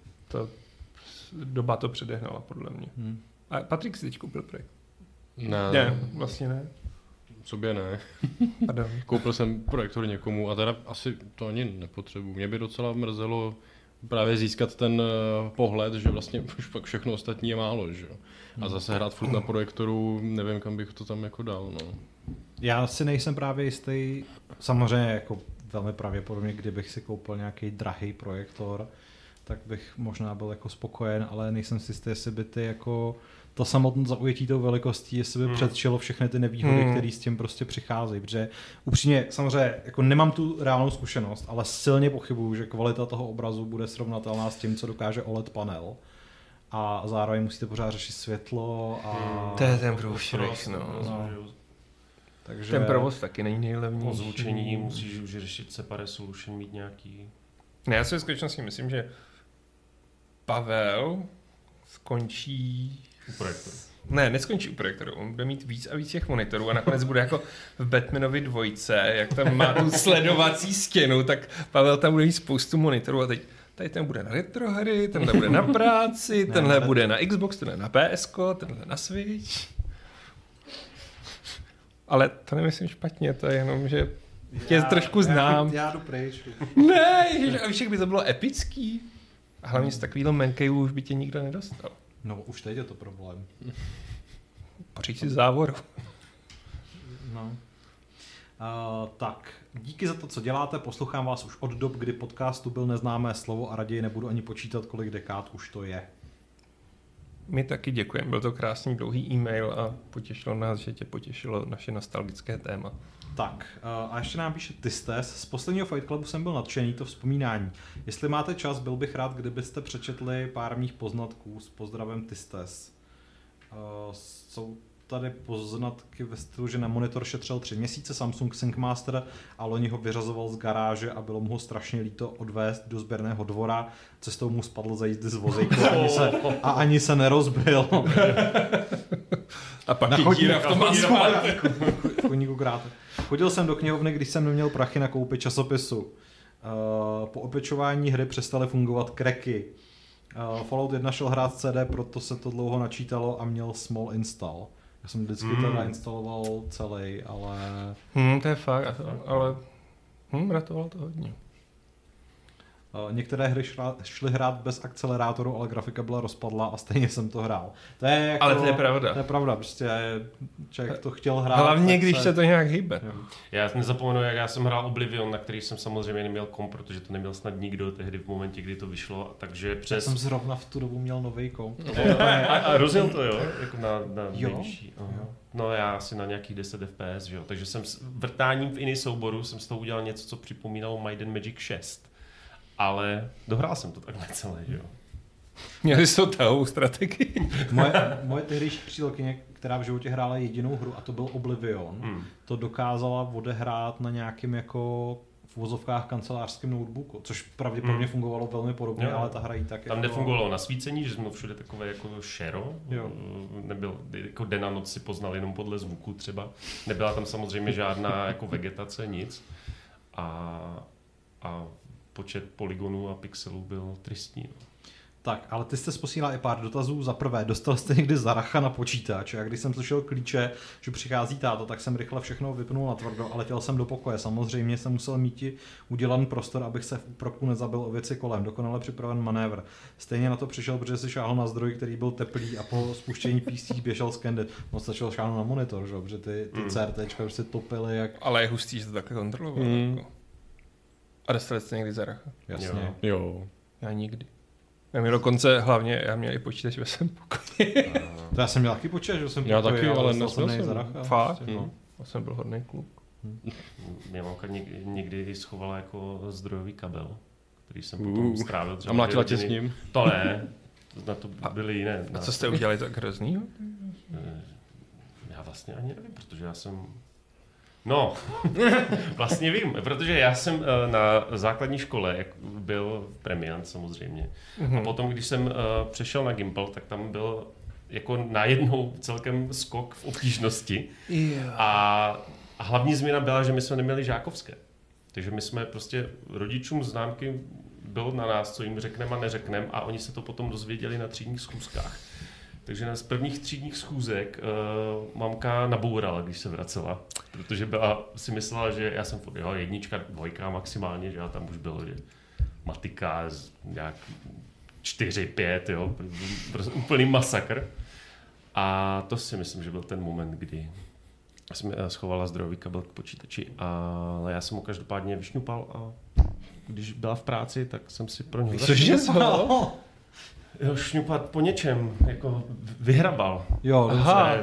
doba to předehnala podle mě. A Patrik si teď koupil projekt. Ne, vlastně ne. Sobě ne. Koupil jsem projektor někomu a teda asi to ani nepotřebuji. Mě by docela mrzelo právě získat ten pohled, že vlastně už pak všechno ostatní je málo, že? A zase hrát furt na projektoru, nevím, kam bych to tam jako dal, no. Já si nejsem právě jistý, samozřejmě jako velmi pravděpodobně, kdybych si koupil nějaký drahý projektor, tak bych možná byl jako spokojen, ale nejsem si jistý, jestli by ty jako to samotné zaujetí tou velikostí, jestli by předčilo všechny ty nevýhody, které s tím prostě přicházejí, protože upřímně samozřejmě jako nemám tu reálnou zkušenost, ale silně pochybuju, že kvalita toho obrazu bude srovnatelná s tím, co dokáže OLED panel. A zároveň musíte pořád řešit světlo a... To je ten průšvih, no. Takže... Ten provoz taky není nejlevnější. Ozvučení musíš už řešit separate solution, mít nějaký... Ne, já si v skutečnosti myslím, že Pavel skončí... U projektoru. Ne, neskončí u projektoru. On bude mít víc a víc těch monitorů a nakonec bude jako v Batmanovi 2, jak tam má tu sledovací stěnu, tak Pavel tam bude mít spoustu monitorů a teď tady ten bude na retrohry, tenhle bude na práci, tenhle bude na Xbox, tenhle na PS, tenhle na Switch. Ale to nemyslím špatně, to je jenom, že tě trošku znám. Já jdu pryč. Ne, a víš, jak by to bylo epický. A hlavně z takovýhle mancave už by tě nikdo nedostal. No, už teď je to problém. Pořiď si závoru. No. Tak, díky za to, co děláte. Poslouchám vás už od dob, kdy podcastu byl neznámé slovo a raději nebudu ani počítat, kolik dekád už to je. My taky děkujeme. Byl to krásný dlouhý e-mail a potěšilo nás, že tě potěšilo naše nostalgické téma. Tak, a ještě nám píše Tistes. Z posledního Fight Clubu jsem byl nadšený, to vzpomínání. Jestli máte čas, byl bych rád, kdybyste přečetli pár mých poznatků. S pozdravem Tistes. Jsou tady poznatky ve stylu, že na monitor šetřil 3 měsíce Samsung Syncmaster a loni ho vyřazoval z garáže a bylo mu ho strašně líto odvést do sběrného dvora. Cestou mu spadl za jízdy z vozejku a ani se nerozbil. A pak je díra v tom koníku kráte. Chodil jsem do knihovny, když jsem neměl prachy na koupi časopisu. Po opečování hry přestaly fungovat cracky. Fallout 1 šel hrát CD, proto se to dlouho načítalo a měl small install. Já jsem vždycky teda instaloval celý, ale... To je fakt, ale ratovalo to hodně. Některé hry šly hrát bez akcelerátoru, ale grafika byla rozpadlá a stejně jsem to hrál. To je jako, ale to je pravda. To je pravda, prostě člověk to chtěl hrát. Hlavně, když se to nějak hýbe. Já nezapomenu, jak já jsem hrál Oblivion, na který jsem samozřejmě neměl komp, protože to neměl snad nikdo tehdy v momentě, kdy to vyšlo, takže přes... Já jsem zrovna v tu dobu měl novej komp. A rozjel to, jo? Jako na nejvyšší. No já asi na nějakých 10 FPS, jo? Takže jsem vrtáním v Ini souboru jsem z toho udělal něco, co připomínalo Might and Magic 6. Ale dohrál jsem to takhle celé, jo. Měli jsi to tahovou strategii. Moje tehdejší přítelkyně, která v životě hrála jedinou hru, a to byl Oblivion, to dokázala odehrát na nějakým jako v vozovkách kancelářském notebooku, což pravděpodobně fungovalo velmi podobně, ale ta hra jí tak... Tam jako... nefungovalo nasvícení, že jsme všude takové jako šero, nebyl, jako den a noc si poznal jenom podle zvuku třeba, nebyla tam samozřejmě žádná jako vegetace, nic a počet polygonů a pixelů byl tristní. No. Tak, ale ty jste posílal i pár dotazů. Za prvé, dostal jste někdy Zaracha na počítač? A když jsem slyšel klíče, že přichází táto, tak jsem rychle všechno vypnul na tvrdo a letěl jsem do pokoje. Samozřejmě jsem musel mít udělaný prostor, abych se v úproku nezabil o věci kolem. Dokonale připraven manévr. Stejně na to přišel, protože si šáhl na zdroj, který byl teplý a po spuštění PC běžel scandet. No, stačilo šáhnout na monitor, že? Protože ty CRTčka už se topily jak... Ale je hustý, že to takhle kontroloval. Jako. A dostali jste někdy Zaracha? Jasně. Jo. Já nikdy. Já měl dokonce, hlavně, já měl i počítač ve svém pokoji. To já jsem měl taky počítač, že jsem já taky, ale nesměl jsem Zaracha. Fakt? Já jsem byl hodný kluk. Mě mamka někdy schovala jako zdrojový kabel, který jsem potom strávil třeba... A mlátila tě s ním? To ne, na to byly jiné. A co jste udělali tak hroznýho? Já vlastně ani nevím, protože já jsem... No, vlastně vím, protože já jsem na základní škole byl premiant samozřejmě. A potom, když jsem přešel na Gimpel, tak tam byl jako najednou celkem skok v obtížnosti. A hlavní změna byla, že my jsme neměli žákovské. Takže my jsme prostě rodičům známky, bylo na nás, co jim řekneme a neřekneme, a oni se to potom dozvěděli na třídních schůzkách. Takže z prvních třídních schůzek mamka nabourala, když se vracela, protože si myslela, že já jsem jednička, dvojka maximálně, že já tam už bylo, že matika nějak 4, 5, jo, prostě úplný masakr. A to si myslím, že byl ten moment, kdy jsem schovala zdrojový kabel k počítači, ale já jsem ho každopádně vyšňupal a když byla v práci, tak jsem si pro něj šňupat po něčem, jako vyhrabal. Jo,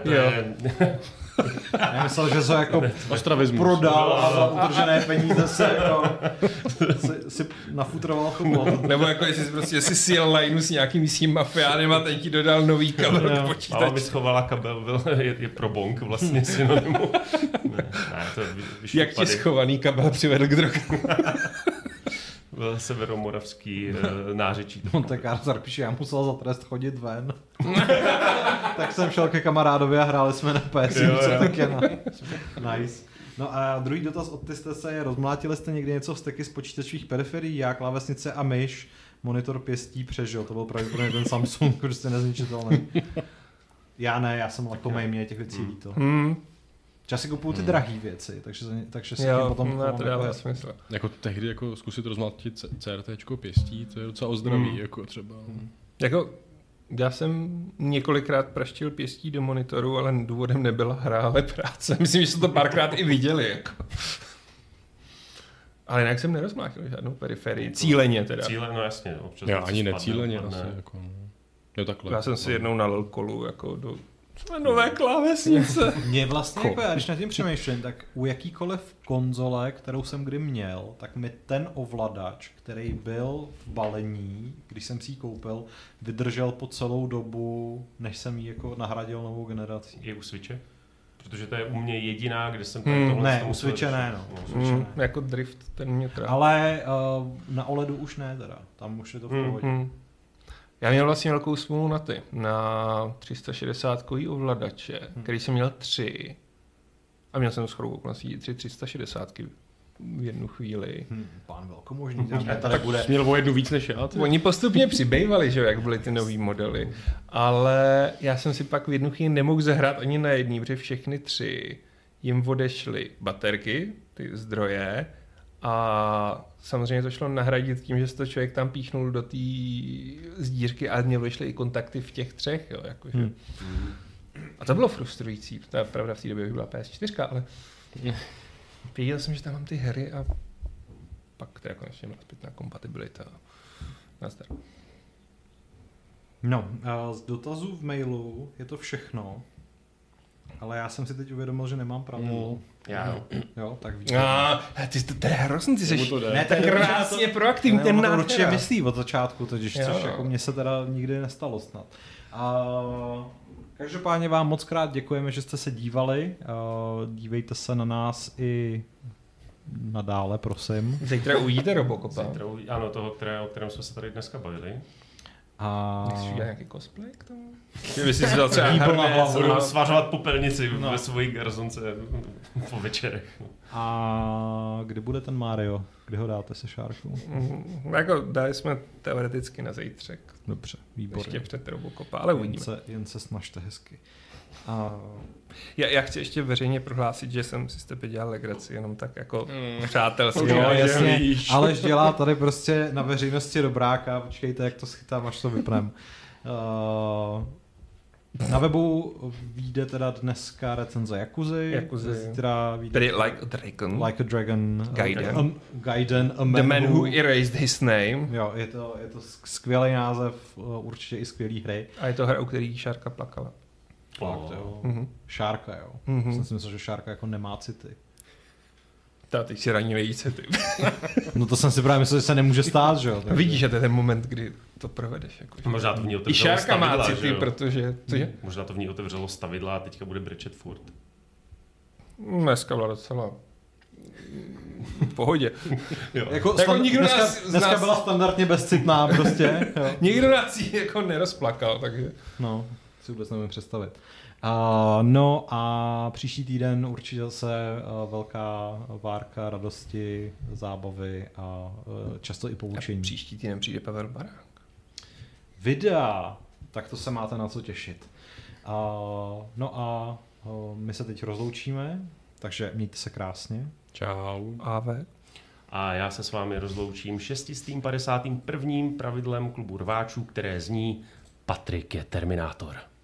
Já myslel, že to jako prodal a za utržené peníze se jako si nafutroval chubot. Nebo jako jestli si sjel lajnu s nějakým místním mafiánem a teď ti dodal nový kabel k počítači. Mama mi schovala kabel, je pro bonk vlastně synonymu. Jak ti schovaný kabel přivedl k drogám? Byl severomoravský nářečí. Monte Carlo píše, já musel za trest chodit ven. Tak jsem šel ke kamarádovi a hráli jsme na PS, co tak je nice. No a druhý dotaz od Tystese je, rozmlátili jste někdy něco vzteky z počítačových periferií, já klávesnice a myš, monitor pěstí přežil, to byl pravděpodobně ten Samsung, prostě nezničitelný. Já ne, já jsem lakomej, mě těch věcí líto. Časy kupuju ty drahý věci, takže si tím potom... to dává smysl. Jako tehdy jako zkusit rozmlátit CRTčko pěstí, to je docela ozdravý, jako třeba. Jako, já jsem několikrát praštil pěstí do monitoru, ale důvodem nebyla hra, ale práce. Myslím, že jste to párkrát i viděli. Jako. Ale jinak jsem nerozmlátil žádnou periferii. Cíleně teda. No jasně. Občas já ani necíleně asi. Jako, jo, takhle. Já jsem si jednou nalil kolu jako do nové klávesnice. Mě vlastně, jako já, když nad tím přemýšlím, tak u jakýkoliv konzole, kterou jsem kdy měl, tak mi ten ovladač, který byl v balení, když jsem si ji koupil, vydržel po celou dobu, než jsem ji jako nahradil novou generací. Je u Switche? Protože to je u mě jediná, kde jsem ne, u Switche ne, no. Jako drift, ten mě trápí. Ale na OLEDu už ne teda, tam už je to v pohodě. Já měl vlastně velkou smůlu na 360kový ovladače, který jsem měl 3. A měl jsem shodou okolností 3 360ky v jednu chvíli. Pán velkomožný. Tak bude. Měl o jednu víc než já. Oni postupně přibývali, že jak byly ty nový modely. Ale já jsem si pak v jednu chvíli nemohl zahrát ani na jedný, protože všechny 3 jim odešly baterky, ty zdroje, a samozřejmě to šlo nahradit tím, že se to člověk tam píchnul do té zdířky a mě vyšly i kontakty v těch 3. Jo, jakože. A to bylo frustrující. To je pravda, v té době byla PS4, ale věděl jsem, že tam mám ty hry a pak to konečně byla zpětná kompatibilita. Nazdar. No, z dotazů v mailu je to všechno, ale já jsem si teď uvědomil, že nemám pravdu. Jo, tak víš. To je hrozný, ty jsi tak krásně proaktivní, ten nádhera. To určitě myslí od začátku, totiž, což jako mně se teda nikdy nestalo snad. Každopádně vám moc krát děkujeme, že jste se dívali. Dívejte se na nás i nadále, prosím. Zítra uvidíte Robocopa. Ano, toho, o kterém jsme se tady dneska bavili. Nechci udělat nějaký cosplay k tomu? Kdyby si dal třeba Hermes. Budu svařovat popelnici ve svojí garzonce po večerech. A kdy bude ten Mario? Kdy ho dáte se Šárku? Jako dali jsme teoreticky na zítřek. Dobře, výborně. Ještě před Robocopa, ale uvidíme. Jen se snažte hezky. Já chci ještě veřejně prohlásit, že jsem si s tebe dělal legraci, jenom tak jako přátelství. Jo, jasně. Aleš dělá tady prostě na veřejnosti dobráka. Počkejte, jak to schytám, až to vypnem. Na webu vyjde teda dneska recenze Yakuzy. Zítra vyjde tedy Like a Dragon. Gaiden. The Man Who Erased His Name. Jo, je to skvělý název, určitě i skvělý hry. A je to hra, u který Šárka plakala. Fakt, jo. Šárka, jo. Jsem si myslel, že Šárka jako nemá city. Teď si ranivý city. No to jsem si právě myslel, že se nemůže stát, že jo. Takže... Vidíš, že to je ten moment, kdy to provedeš. Jako, možná to v ní otevřelo stavidla. I Šárka má city, protože... Možná to v ní otevřelo stavidla a teďka bude brečet furt. Dneska byla docela... v pohodě. Jako dneska byla standardně bezcitná prostě. Jo. Nikdo nás ji jako nerozplakal, takže... No, si vůbec nevím představit. No a příští týden určitě zase velká várka radosti, zábavy a často i poučení. A příští týden přijde Pavel Barák. Videa, tak to se máte na co těšit. No a my se teď rozloučíme, takže mějte se krásně. Čau. Ave. A já se s vámi rozloučím 651. pravidlem klubu rváčů, které zní: Patrik je Terminátor.